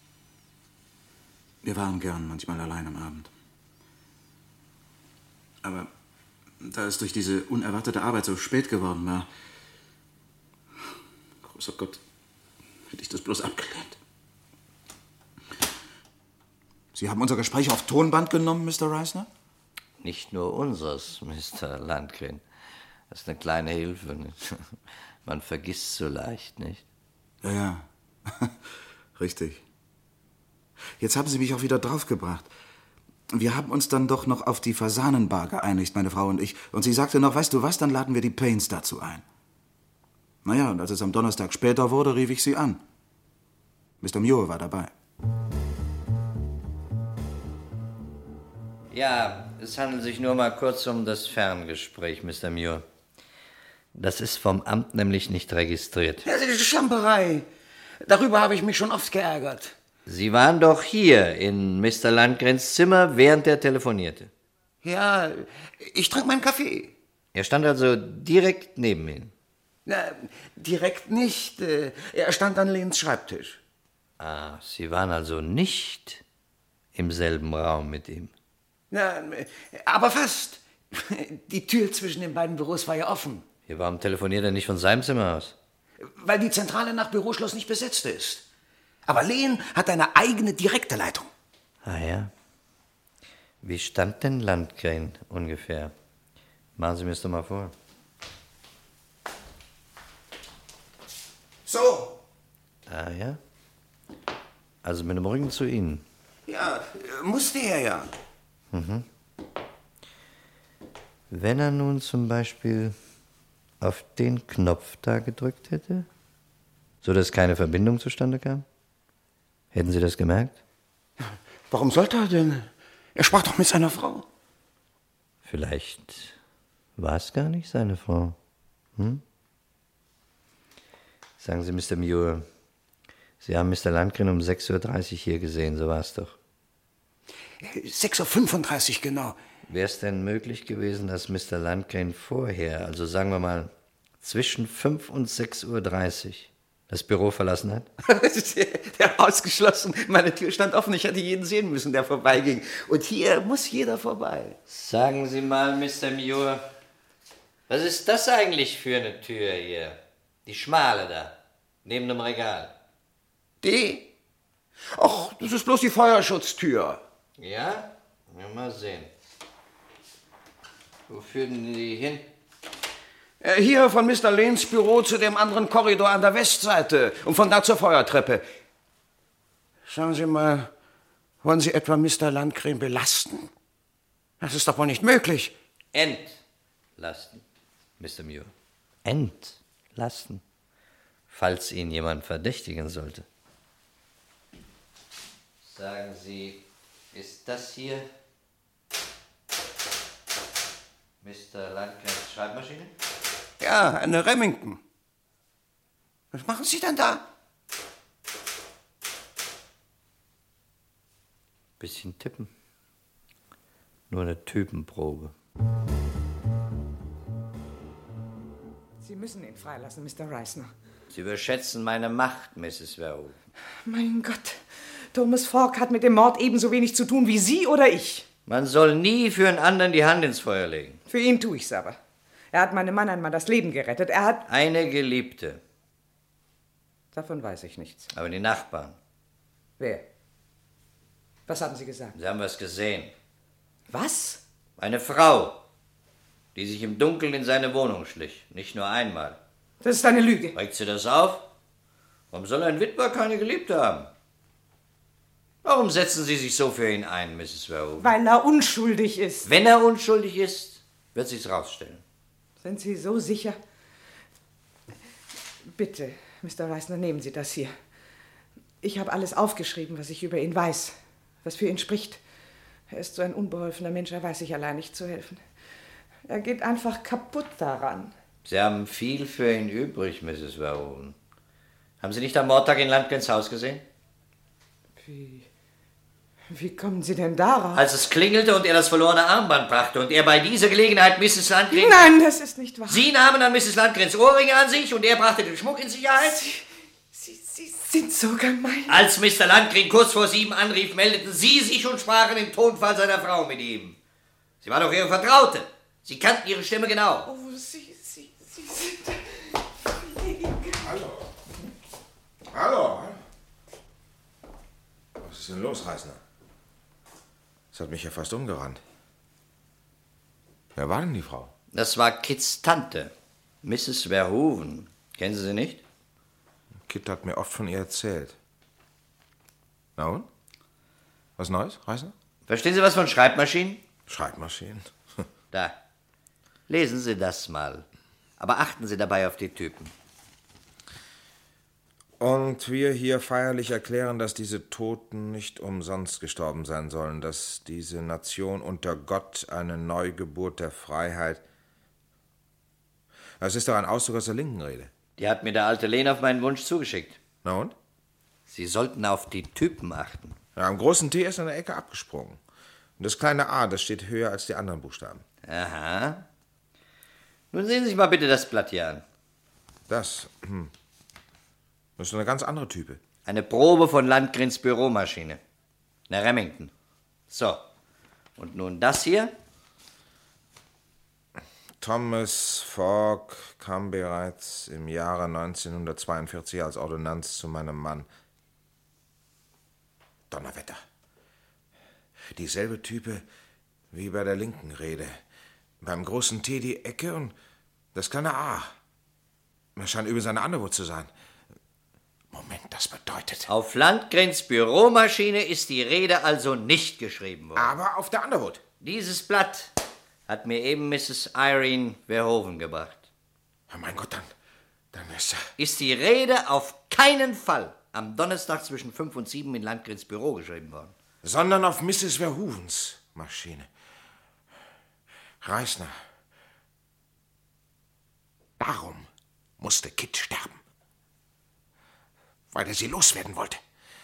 waren gern manchmal allein am Abend. Aber da es durch diese unerwartete Arbeit so spät geworden war, großer Gott, hätte ich das bloß abgelehnt. Sie haben unser Gespräch auf Tonband genommen, Mr. Reisner? Nicht nur unseres, Mr. Landgreen. Das ist eine kleine Hilfe. Man vergisst so leicht, nicht? Ja. Richtig. Jetzt haben Sie mich auch wieder draufgebracht. Wir haben uns dann doch noch auf die Fasanenbar geeinigt, meine Frau und ich. Und sie sagte noch, weißt du was, dann laden wir die Paynes dazu ein. Naja, und als es am Donnerstag später wurde, rief ich sie an. Mr. Muir war dabei. Ja, es handelt sich nur mal kurz um das Ferngespräch, Mr. Muir. Das ist vom Amt nämlich nicht registriert. Ja, das ist Schlamperei. Darüber habe ich mich schon oft geärgert. Sie waren doch hier in Mr. Landgrens Zimmer, während er telefonierte. Ja, ich trank meinen Kaffee. Er stand also direkt neben Ihnen. Na, direkt nicht. Er stand an Lens Schreibtisch. Ah, Sie waren also nicht im selben Raum mit ihm. Na, aber fast. Die Tür zwischen den beiden Büros war ja offen. Ja, warum telefoniert er nicht von seinem Zimmer aus? Weil die Zentrale nach Büroschluss nicht besetzt ist. Aber Len hat eine eigene direkte Leitung. Ah ja. Wie stand denn Landgren ungefähr? Machen Sie mir das doch mal vor. So. Ah ja? Also mit dem Rücken zu Ihnen. Ja, musste er ja. Mhm. Wenn er nun zum Beispiel auf den Knopf da gedrückt hätte, so dass keine Verbindung zustande kam? Hätten Sie das gemerkt? Warum sollte er denn? Er sprach doch mit seiner Frau. Vielleicht war es gar nicht seine Frau. Hm? Sagen Sie, Mr. Muir, Sie haben Mr. Landgren um 6:30 Uhr hier gesehen, so war es doch. 6:35 Uhr genau. Wäre es denn möglich gewesen, dass Mr. Landgren vorher, also sagen wir mal zwischen 5 und 6:30 Uhr, das Büro verlassen hat? Der ausgeschlossen. Meine Tür stand offen. Ich hätte jeden sehen müssen, der vorbeiging. Und hier muss jeder vorbei. Sagen Sie mal, Mr. Muir, was ist das eigentlich für eine Tür hier? Die schmale da, neben dem Regal. Die? Ach, das ist bloß die Feuerschutztür. Ja? Ja, mal sehen. Wo führen die hin? Hier von Mr. Lens Büro zu dem anderen Korridor an der Westseite und von da zur Feuertreppe. Sagen Sie mal, wollen Sie etwa Mr. Landgren belasten? Das ist doch wohl nicht möglich. Entlasten, Mr. Muir. Entlasten, falls ihn jemand verdächtigen sollte. Sagen Sie, ist das hier Mr. Landgrens Schreibmaschine? Ja, eine Remington. Was machen Sie denn da? Bisschen tippen. Nur eine Typenprobe. Sie müssen ihn freilassen, Mr. Reisner. Sie überschätzen meine Macht, Mrs. Verhoeven. Mein Gott, Thomas Falk hat mit dem Mord ebenso wenig zu tun wie Sie oder ich. Man soll nie für einen anderen die Hand ins Feuer legen. Für ihn tue ich's aber. Er hat meinem Mann einmal das Leben gerettet. Er hat... Eine Geliebte. Davon weiß ich nichts. Aber die Nachbarn. Wer? Was haben Sie gesagt? Sie haben was gesehen. Was? Eine Frau, die sich im Dunkeln in seine Wohnung schlich. Nicht nur einmal. Das ist eine Lüge. Regt Sie das auf? Warum soll ein Witwer keine Geliebte haben? Warum setzen Sie sich so für ihn ein, Mrs. Verhoeven? Weil er unschuldig ist. Wenn er unschuldig ist, wird sich's rausstellen. Sind Sie so sicher? Bitte, Mr. Reisner, nehmen Sie das hier. Ich habe alles aufgeschrieben, was ich über ihn weiß, was für ihn spricht. Er ist so ein unbeholfener Mensch, er weiß sich allein nicht zu helfen. Er geht einfach kaputt daran. Sie haben viel für ihn übrig, Mrs. Verhoeven. Haben Sie nicht am Mordtag in Landgrens Haus gesehen? Wie kommen Sie denn darauf? Als es klingelte und er das verlorene Armband brachte und er bei dieser Gelegenheit Mrs. Landgren... Nein, das ist nicht wahr. Sie nahmen dann Mrs. Landgrens Ohrringe an sich und er brachte den Schmuck in Sicherheit? Sie sind so gemein. Als Mr. Landgren kurz vor 7 anrief, meldeten Sie sich und sprachen im Tonfall seiner Frau mit ihm. Sie war doch Ihre Vertraute. Sie kannten Ihre Stimme genau. Oh, Sie sind... Hallo. Was ist denn los, Reisner? Das hat mich ja fast umgerannt. Wer war denn die Frau? Das war Kits Tante, Mrs. Verhoeven. Kennen Sie sie nicht? Kit hat mir oft von ihr erzählt. Na und? Was Neues, Reisner? Verstehen Sie was von Schreibmaschinen? Schreibmaschinen? Da. Lesen Sie das mal. Aber achten Sie dabei auf die Typen. Und wir hier feierlich erklären, dass diese Toten nicht umsonst gestorben sein sollen, dass diese Nation unter Gott eine Neugeburt der Freiheit... Das ist doch ein Ausdruck aus der linken Rede. Die hat mir der alte Lehn auf meinen Wunsch zugeschickt. Na und? Sie sollten auf die Typen achten. Ja, am großen T ist an der Ecke abgesprungen. Und das kleine A, das steht höher als die anderen Buchstaben. Aha. Nun sehen Sie sich mal bitte das Blatt hier an. Das ist eine ganz andere Type. Eine Probe von Landgrins Büromaschine. Eine Remington. So. Und nun das hier. Thomas Fogg kam bereits im Jahre 1942 als Ordonnanz zu meinem Mann. Donnerwetter. Dieselbe Type wie bei der linken Rede. Beim großen T die Ecke und das kleine A. Das scheint übrigens eine Underwood zu sein. Moment, das bedeutet... Auf Landgrins Büromaschine ist die Rede also nicht geschrieben worden. Aber auf der Underwood. Dieses Blatt hat mir eben Mrs. Irene Verhoeven gebracht. Oh mein Gott, dann ist die Rede auf keinen Fall am Donnerstag zwischen 5 und 7 in Landgrins Büro geschrieben worden. Sondern auf Mrs. Verhoevens Maschine. Reisner. Darum musste Kit sterben. Weil er sie loswerden wollte.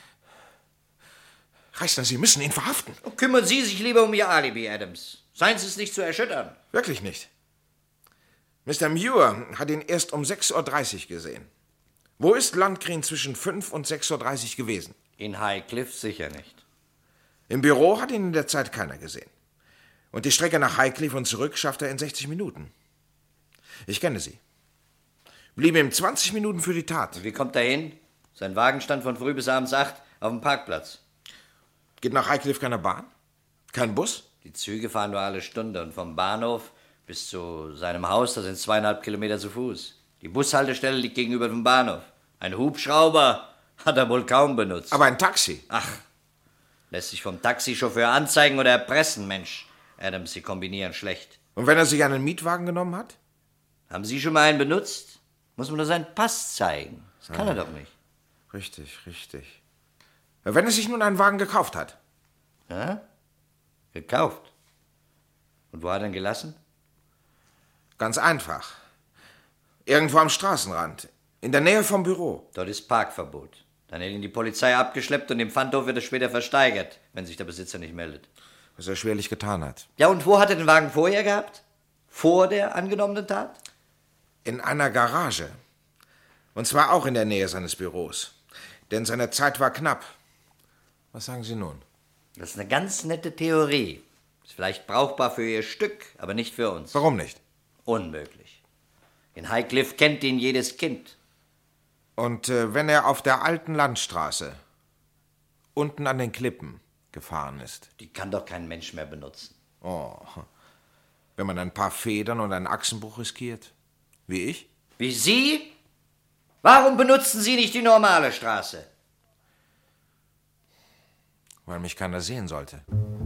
Reisner, Sie müssen ihn verhaften. Kümmern Sie sich lieber um Ihr Alibi, Adams. Seien Sie es nicht zu erschüttern. Wirklich nicht. Mr. Muir hat ihn erst um 6:30 Uhr gesehen. Wo ist Landgren zwischen 5 und 6:30 Uhr gewesen? In Highcliffe sicher nicht. Im Büro hat ihn in der Zeit keiner gesehen. Und die Strecke nach Highcliffe und zurück schafft er in 60 Minuten. Ich kenne Sie. Blieb ihm 20 Minuten für die Tat. Wie kommt er hin? Sein Wagen stand von früh bis abends 8 auf dem Parkplatz. Geht nach Highcliffe keine Bahn? Kein Bus? Die Züge fahren nur alle Stunde und vom Bahnhof bis zu seinem Haus, das sind 2,5 Kilometer zu Fuß. Die Bushaltestelle liegt gegenüber dem Bahnhof. Ein Hubschrauber hat er wohl kaum benutzt. Aber ein Taxi? Ach, lässt sich vom Taxichauffeur anzeigen oder erpressen, Mensch. Adams, Sie kombinieren schlecht. Und wenn er sich einen Mietwagen genommen hat? Haben Sie schon mal einen benutzt? Muss man nur seinen Pass zeigen. Das kann er doch nicht. Richtig. Wenn er sich nun einen Wagen gekauft hat? Ja? Gekauft. Und wo hat er ihn gelassen? Ganz einfach. Irgendwo am Straßenrand. In der Nähe vom Büro. Dort ist Parkverbot. Dann hätte ihn die Polizei abgeschleppt und im Pfandhof wird er später versteigert, wenn sich der Besitzer nicht meldet. Was er schwerlich getan hat. Ja, und wo hat er den Wagen vorher gehabt? Vor der angenommenen Tat? In einer Garage. Und zwar auch in der Nähe seines Büros. Denn seine Zeit war knapp. Was sagen Sie nun? Das ist eine ganz nette Theorie. Ist vielleicht brauchbar für Ihr Stück, aber nicht für uns. Warum nicht? Unmöglich. In Highcliffe kennt ihn jedes Kind. Und wenn er auf der alten Landstraße, unten an den Klippen, gefahren ist? Die kann doch kein Mensch mehr benutzen. Oh, wenn man ein paar Federn und einen Achsenbruch riskiert. Wie ich? Wie Sie? Warum benutzen Sie nicht die normale Straße? Weil mich keiner sehen sollte.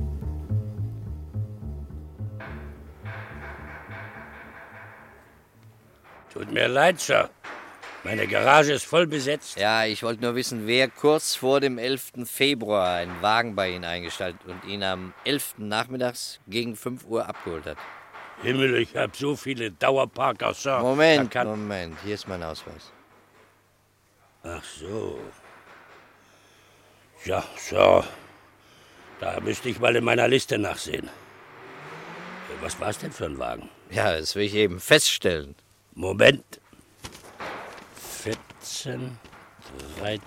Tut mir leid, Sir. Meine Garage ist voll besetzt. Ja, ich wollte nur wissen, wer kurz vor dem 11. Februar einen Wagen bei Ihnen eingestellt und ihn am 11. nachmittags gegen 5 Uhr abgeholt hat. Himmel, ich habe so viele Dauerparker, Sir. Moment, hier ist mein Ausweis. Ach so. Ja, Sir. Da müsste ich mal in meiner Liste nachsehen. Was war es denn für ein Wagen? Ja, das will ich eben feststellen. Moment. 14, 13,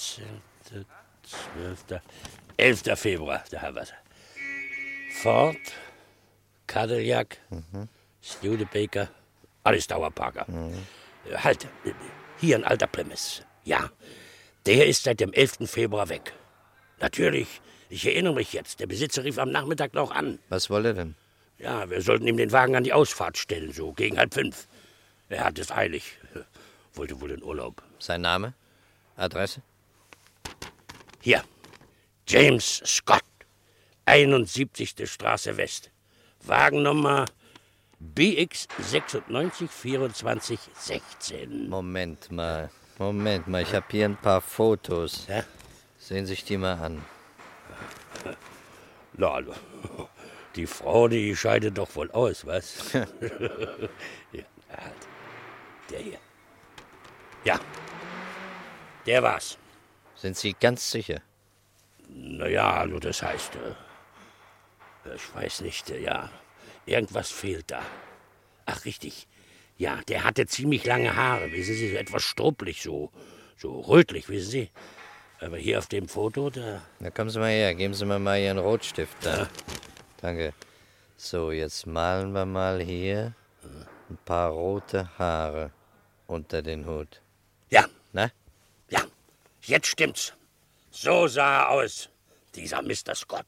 12, 11. Februar, da haben wir es. Ford, Cadillac, Studebaker, alles Dauerparker. Halt, hier ein alter Plymouth. Ja, der ist seit dem 11. Februar weg. Natürlich, ich erinnere mich jetzt, der Besitzer rief am Nachmittag noch an. Was wollte er denn? Ja, wir sollten ihm den Wagen an die Ausfahrt stellen, so gegen 4:30. Er hat es eilig. Wollte wohl in Urlaub. Sein Name? Adresse? Hier. James Scott, 71. Straße West. Wagennummer BX 96 24 16. Moment mal, ich habe hier ein paar Fotos. Ja? Sehen Sie sich die mal an. Na, die Frau, die scheidet doch wohl aus, was? Ja, halt. Der hier. Ja, der war's. Sind Sie ganz sicher? Naja, also das heißt, ich weiß nicht, ja, irgendwas fehlt da. Ach, richtig. Ja, der hatte ziemlich lange Haare, wissen Sie, so etwas struppelig, so rötlich, wissen Sie. Aber hier auf dem Foto, da... Na, kommen Sie mal her, geben Sie mir mal Ihren Rotstift da. Ja. Danke. So, jetzt malen wir mal hier ein paar rote Haare unter den Hut. Ja. Na? Ja, jetzt stimmt's. So sah er aus, dieser Mr. Scott.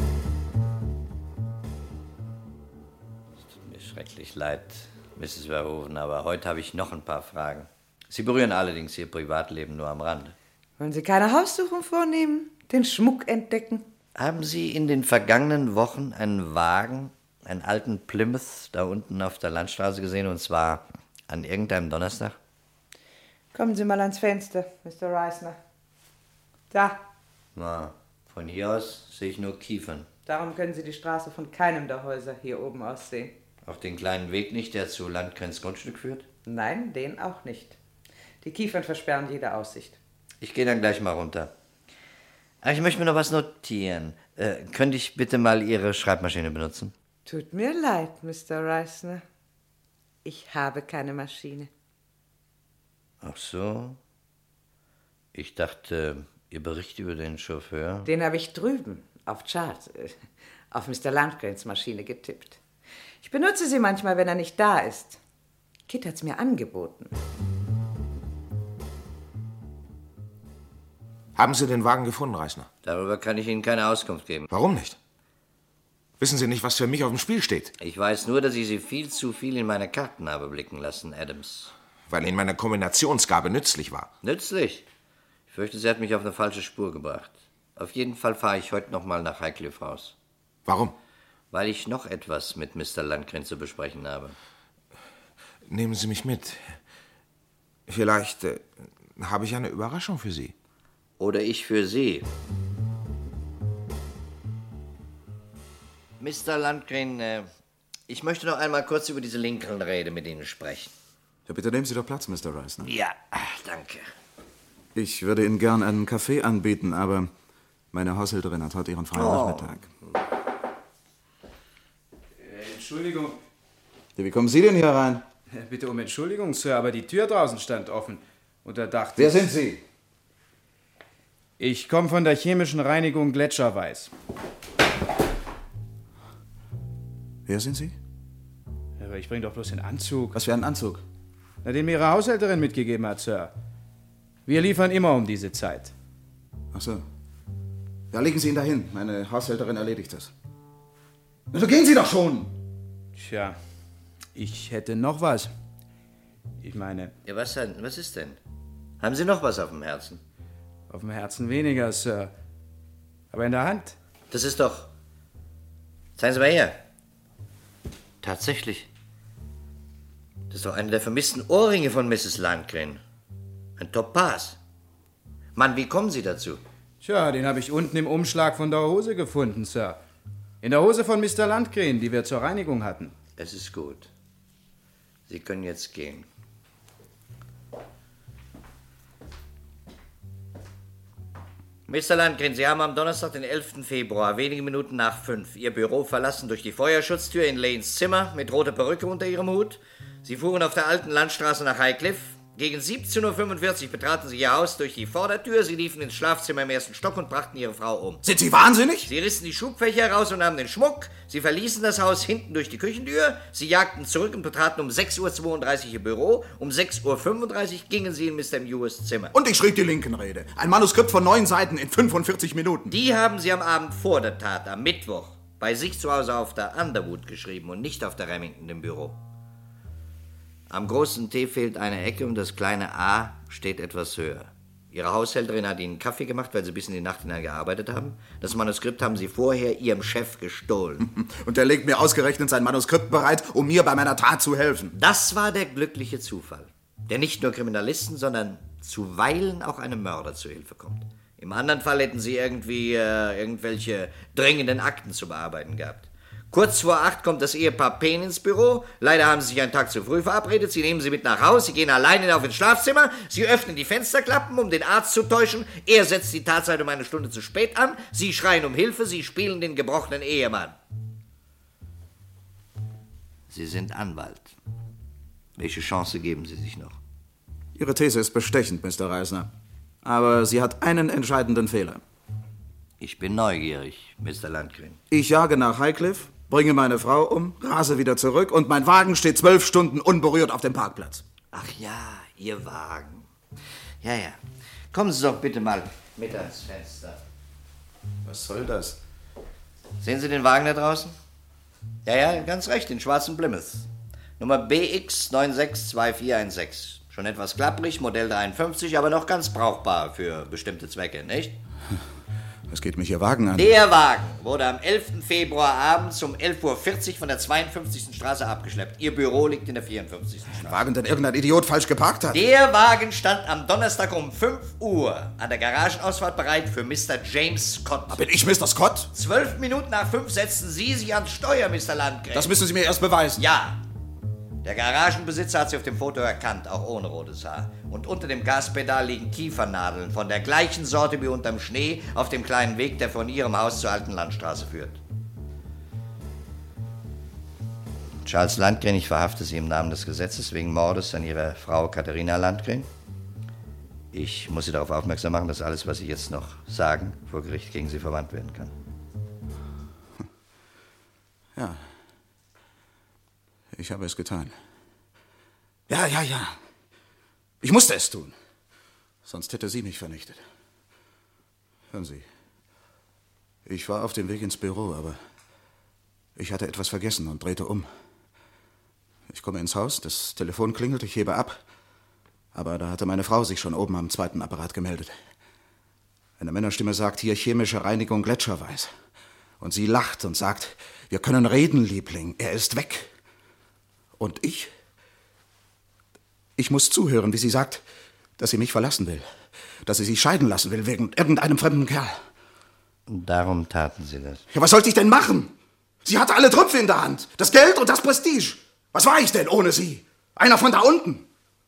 Es tut mir schrecklich leid, Mrs. Verhoeven, aber heute habe ich noch ein paar Fragen. Sie berühren allerdings Ihr Privatleben nur am Rande. Wollen Sie keine Haussuchung vornehmen? Den Schmuck entdecken? Haben Sie in den vergangenen Wochen einen Wagen, einen alten Plymouth, da unten auf der Landstraße gesehen, und zwar an irgendeinem Donnerstag? Kommen Sie mal ans Fenster, Mr. Reisner. Da. Na, von hier aus sehe ich nur Kiefern. Darum können Sie die Straße von keinem der Häuser hier oben aus sehen. Auch den kleinen Weg nicht, der zu Landgrens Grundstück führt? Nein, den auch nicht. Die Kiefern versperren jede Aussicht. Ich gehe dann gleich mal runter. Aber ich möchte mir noch was notieren. Könnte ich bitte mal Ihre Schreibmaschine benutzen? Tut mir leid, Mr. Reisner. Ich habe keine Maschine. Ach so. Ich dachte, Ihr Bericht über den Chauffeur... Den habe ich drüben, auf Charles, auf Mr. Landgrens Maschine getippt. Ich benutze sie manchmal, wenn er nicht da ist. Kit hat's mir angeboten. Haben Sie den Wagen gefunden, Reisner? Darüber kann ich Ihnen keine Auskunft geben. Warum nicht? Wissen Sie nicht, was für mich auf dem Spiel steht? Ich weiß nur, dass ich Sie viel zu viel in meine Karten habe blicken lassen, Adams. Weil Ihnen meine Kombinationsgabe nützlich war. Nützlich? Ich fürchte, sie hat mich auf eine falsche Spur gebracht. Auf jeden Fall fahre ich heute noch mal nach Highcliffe raus. Warum? Weil ich noch etwas mit Mr. Landgren zu besprechen habe. Nehmen Sie mich mit. Vielleicht habe ich eine Überraschung für Sie. Oder ich für Sie. Mr. Landgren, ich möchte noch einmal kurz über diese Lincoln-Rede mit Ihnen sprechen. Ja, bitte nehmen Sie doch Platz, Mr. Reisner. Ja, danke. Ich würde Ihnen gern einen Kaffee anbieten, aber meine Haushälterin hat heute ihren freien Nachmittag. Entschuldigung. Ja, wie kommen Sie denn hier rein? Bitte um Entschuldigung, Sir, aber die Tür draußen stand offen. Und da dachte Wer ich... sind Sie? Ich komme von der chemischen Reinigung Gletscherweiß. Wer sind Sie? Aber ich bringe doch bloß den Anzug. Was für einen Anzug? Na, den mir Ihre Haushälterin mitgegeben hat, Sir. Wir liefern immer um diese Zeit. Ach so. Ja, legen Sie ihn dahin. Meine Haushälterin erledigt das. Na, so gehen Sie doch schon! Tja, ich hätte noch was. Ich meine... Ja, was denn? Was ist denn? Haben Sie noch was auf dem Herzen? Auf dem Herzen weniger, Sir. Aber in der Hand. Das ist doch... Zeigen Sie mal her. Tatsächlich. Das ist doch einer der vermissten Ohrringe von Mrs. Landgren. Ein Topaz. Mann, wie kommen Sie dazu? Tja, den habe ich unten im Umschlag von der Hose gefunden, Sir. In der Hose von Mr. Landgren, die wir zur Reinigung hatten. Es ist gut. Sie können jetzt gehen. Mr. Landgren, Sie haben am Donnerstag, den 11. Februar, wenige Minuten nach 5, Ihr Büro verlassen durch die Feuerschutztür in Lanes Zimmer mit roter Perücke unter Ihrem Hut. Sie fuhren auf der alten Landstraße nach Highcliffe. Gegen 17:45 Uhr betraten Sie Ihr Haus durch die Vordertür. Sie liefen ins Schlafzimmer im ersten Stock und brachten Ihre Frau um. Sind Sie wahnsinnig? Sie rissen die Schubfächer heraus und nahmen den Schmuck. Sie verließen das Haus hinten durch die Küchentür. Sie jagten zurück und betraten um 6:32 Uhr Ihr Büro. Um 6:35 Uhr gingen Sie in Mr. Mewers Zimmer. Und ich schrieb die Lincoln-Rede. Ein Manuskript von 9 Seiten in 45 Minuten. Die haben Sie am Abend vor der Tat, am Mittwoch, bei sich zu Hause auf der Underwood geschrieben und nicht auf der Remington im Büro. Am großen T fehlt eine Ecke und das kleine A steht etwas höher. Ihre Haushälterin hat Ihnen Kaffee gemacht, weil Sie bis in die Nacht hinein gearbeitet haben. Das Manuskript haben Sie vorher Ihrem Chef gestohlen. Und er legt mir ausgerechnet sein Manuskript bereit, um mir bei meiner Tat zu helfen. Das war der glückliche Zufall, der nicht nur Kriminalisten, sondern zuweilen auch einem Mörder zu Hilfe kommt. Im anderen Fall hätten Sie irgendwelche dringenden Akten zu bearbeiten gehabt. Kurz vor 8 kommt das Ehepaar Payne ins Büro. Leider haben sie sich einen Tag zu früh verabredet. Sie nehmen sie mit nach Haus. Sie gehen alleine auf ins Schlafzimmer. Sie öffnen die Fensterklappen, um den Arzt zu täuschen. Er setzt die Tatzeit um eine Stunde zu spät an. Sie schreien um Hilfe. Sie spielen den gebrochenen Ehemann. Sie sind Anwalt. Welche Chance geben Sie sich noch? Ihre These ist bestechend, Mr. Reisner. Aber sie hat einen entscheidenden Fehler. Ich bin neugierig, Mr. Landgren. Ich jage nach Highcliffe, bringe meine Frau um, rase wieder zurück und mein Wagen steht 12 Stunden unberührt auf dem Parkplatz. Ach ja, Ihr Wagen. Ja. Kommen Sie doch bitte mal mit ans Fenster. Was soll das? Sehen Sie den Wagen da draußen? Ja, ganz recht, den schwarzen Plymouth. Nummer BX 962416. Schon etwas klapprig, Modell 53, aber noch ganz brauchbar für bestimmte Zwecke, nicht? Was geht mich Ihr Wagen an? Der Wagen wurde am 11. Februar abends um 11:40 Uhr von der 52. Straße abgeschleppt. Ihr Büro liegt in der 54. Straße. Wagen, den irgendein Idiot falsch geparkt hat? Der Wagen stand am Donnerstag um 5 Uhr an der Garagenausfahrt bereit für Mr. James Scott. Bin ich Mr. Scott? 12 Minuten nach 5 setzten Sie sich ans Steuer, Mr. Landgren. Das müssen Sie mir erst beweisen. Ja. Der Garagenbesitzer hat Sie auf dem Foto erkannt, auch ohne rotes Haar. Und unter dem Gaspedal liegen Kiefernadeln von der gleichen Sorte wie unterm Schnee auf dem kleinen Weg, der von Ihrem Haus zur Alten Landstraße führt. Charles Landgren, ich verhafte Sie im Namen des Gesetzes wegen Mordes an Ihrer Frau Katharina Landgren. Ich muss Sie darauf aufmerksam machen, dass alles, was Sie jetzt noch sagen, vor Gericht gegen Sie verwandt werden kann. Ja. Ich habe es getan. Ja. Ich musste es tun. Sonst hätte sie mich vernichtet. Hören Sie. Ich war auf dem Weg ins Büro, aber ich hatte etwas vergessen und drehte um. Ich komme ins Haus, das Telefon klingelt, ich hebe ab. Aber da hatte meine Frau sich schon oben am zweiten Apparat gemeldet. Eine Männerstimme sagt hier chemische Reinigung Gletscherweiß. Und sie lacht und sagt, wir können reden, Liebling, er ist weg. Und ich muss zuhören, wie sie sagt, dass sie mich verlassen will. Dass sie sich scheiden lassen will wegen irgendeinem fremden Kerl. Und darum taten Sie das? Ja, was sollte ich denn machen? Sie hatte alle Trümpfe in der Hand. Das Geld und das Prestige. Was war ich denn ohne sie? Einer von da unten.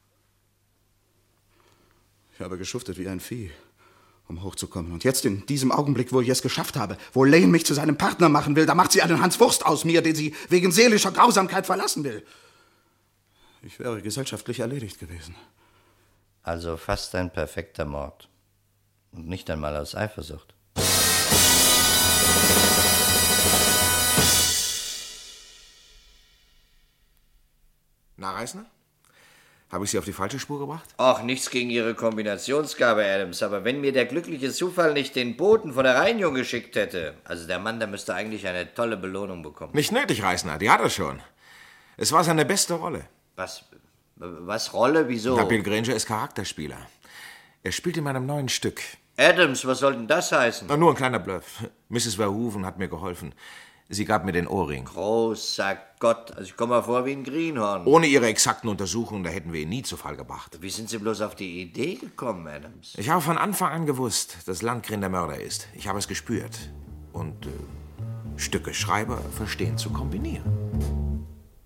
Ich habe geschuftet wie ein Vieh, um hochzukommen. Und jetzt in diesem Augenblick, wo ich es geschafft habe, wo Lane mich zu seinem Partner machen will, da macht sie einen Hans Wurst aus mir, den sie wegen seelischer Grausamkeit verlassen will. Ich wäre gesellschaftlich erledigt gewesen. Also fast ein perfekter Mord. Und nicht einmal aus Eifersucht. Na, Reisner? Habe ich Sie auf die falsche Spur gebracht? Ach, nichts gegen Ihre Kombinationsgabe, Adams. Aber wenn mir der glückliche Zufall nicht den Boten von der Reinigung geschickt hätte, also der Mann, der müsste eigentlich eine tolle Belohnung bekommen. Nicht nötig, Reisner. Die hat er schon. Es war seine beste Rolle. Was Rolle? Wieso? Bill Granger ist Charakterspieler. Er spielt in meinem neuen Stück. Adams, was soll denn das heißen? Nur ein kleiner Bluff. Mrs. Verhoeven hat mir geholfen. Sie gab mir den Ohrring. Großer Gott, also ich komme mal vor wie ein Greenhorn. Ohne Ihre exakten Untersuchungen, da hätten wir ihn nie zu Fall gebracht. Wie sind Sie bloß auf die Idee gekommen, Adams? Ich habe von Anfang an gewusst, dass Landgren der Mörder ist. Ich habe es gespürt. Und Stücke Schreiber verstehen zu kombinieren.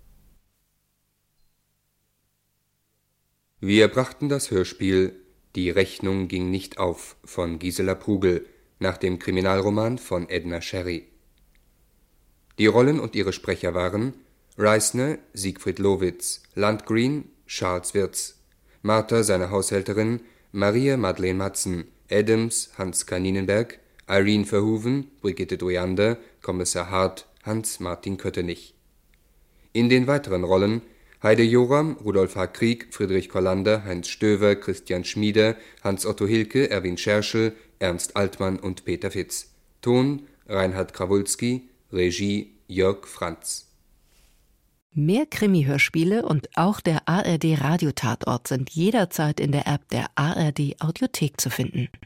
Wir brachten das Hörspiel Die Rechnung ging nicht auf von Gisela Prugel nach dem Kriminalroman von Edna Sherry. Die Rollen und ihre Sprecher waren Reisner, Siegfried Lowitz, Landgren, Charles Wirz, Martha, seine Haushälterin, Maria Madeleine Matzen, Adams, Hans Kaninenberg, Irene Verhoeven, Brigitte Druyander, Kommissar Hart, Hans-Martin Köttenich. In den weiteren Rollen Heide Joram, Rudolf H. Krieg, Friedrich Kollander, Heinz Stöver, Christian Schmieder, Hans-Otto Hilke, Erwin Scherschel, Ernst Altmann und Peter Fitz. Ton Reinhard Krawulski, Regie Jörg Franz. Mehr Krimi-Hörspiele und auch der ARD-Radiotatort sind jederzeit in der App der ARD Audiothek zu finden.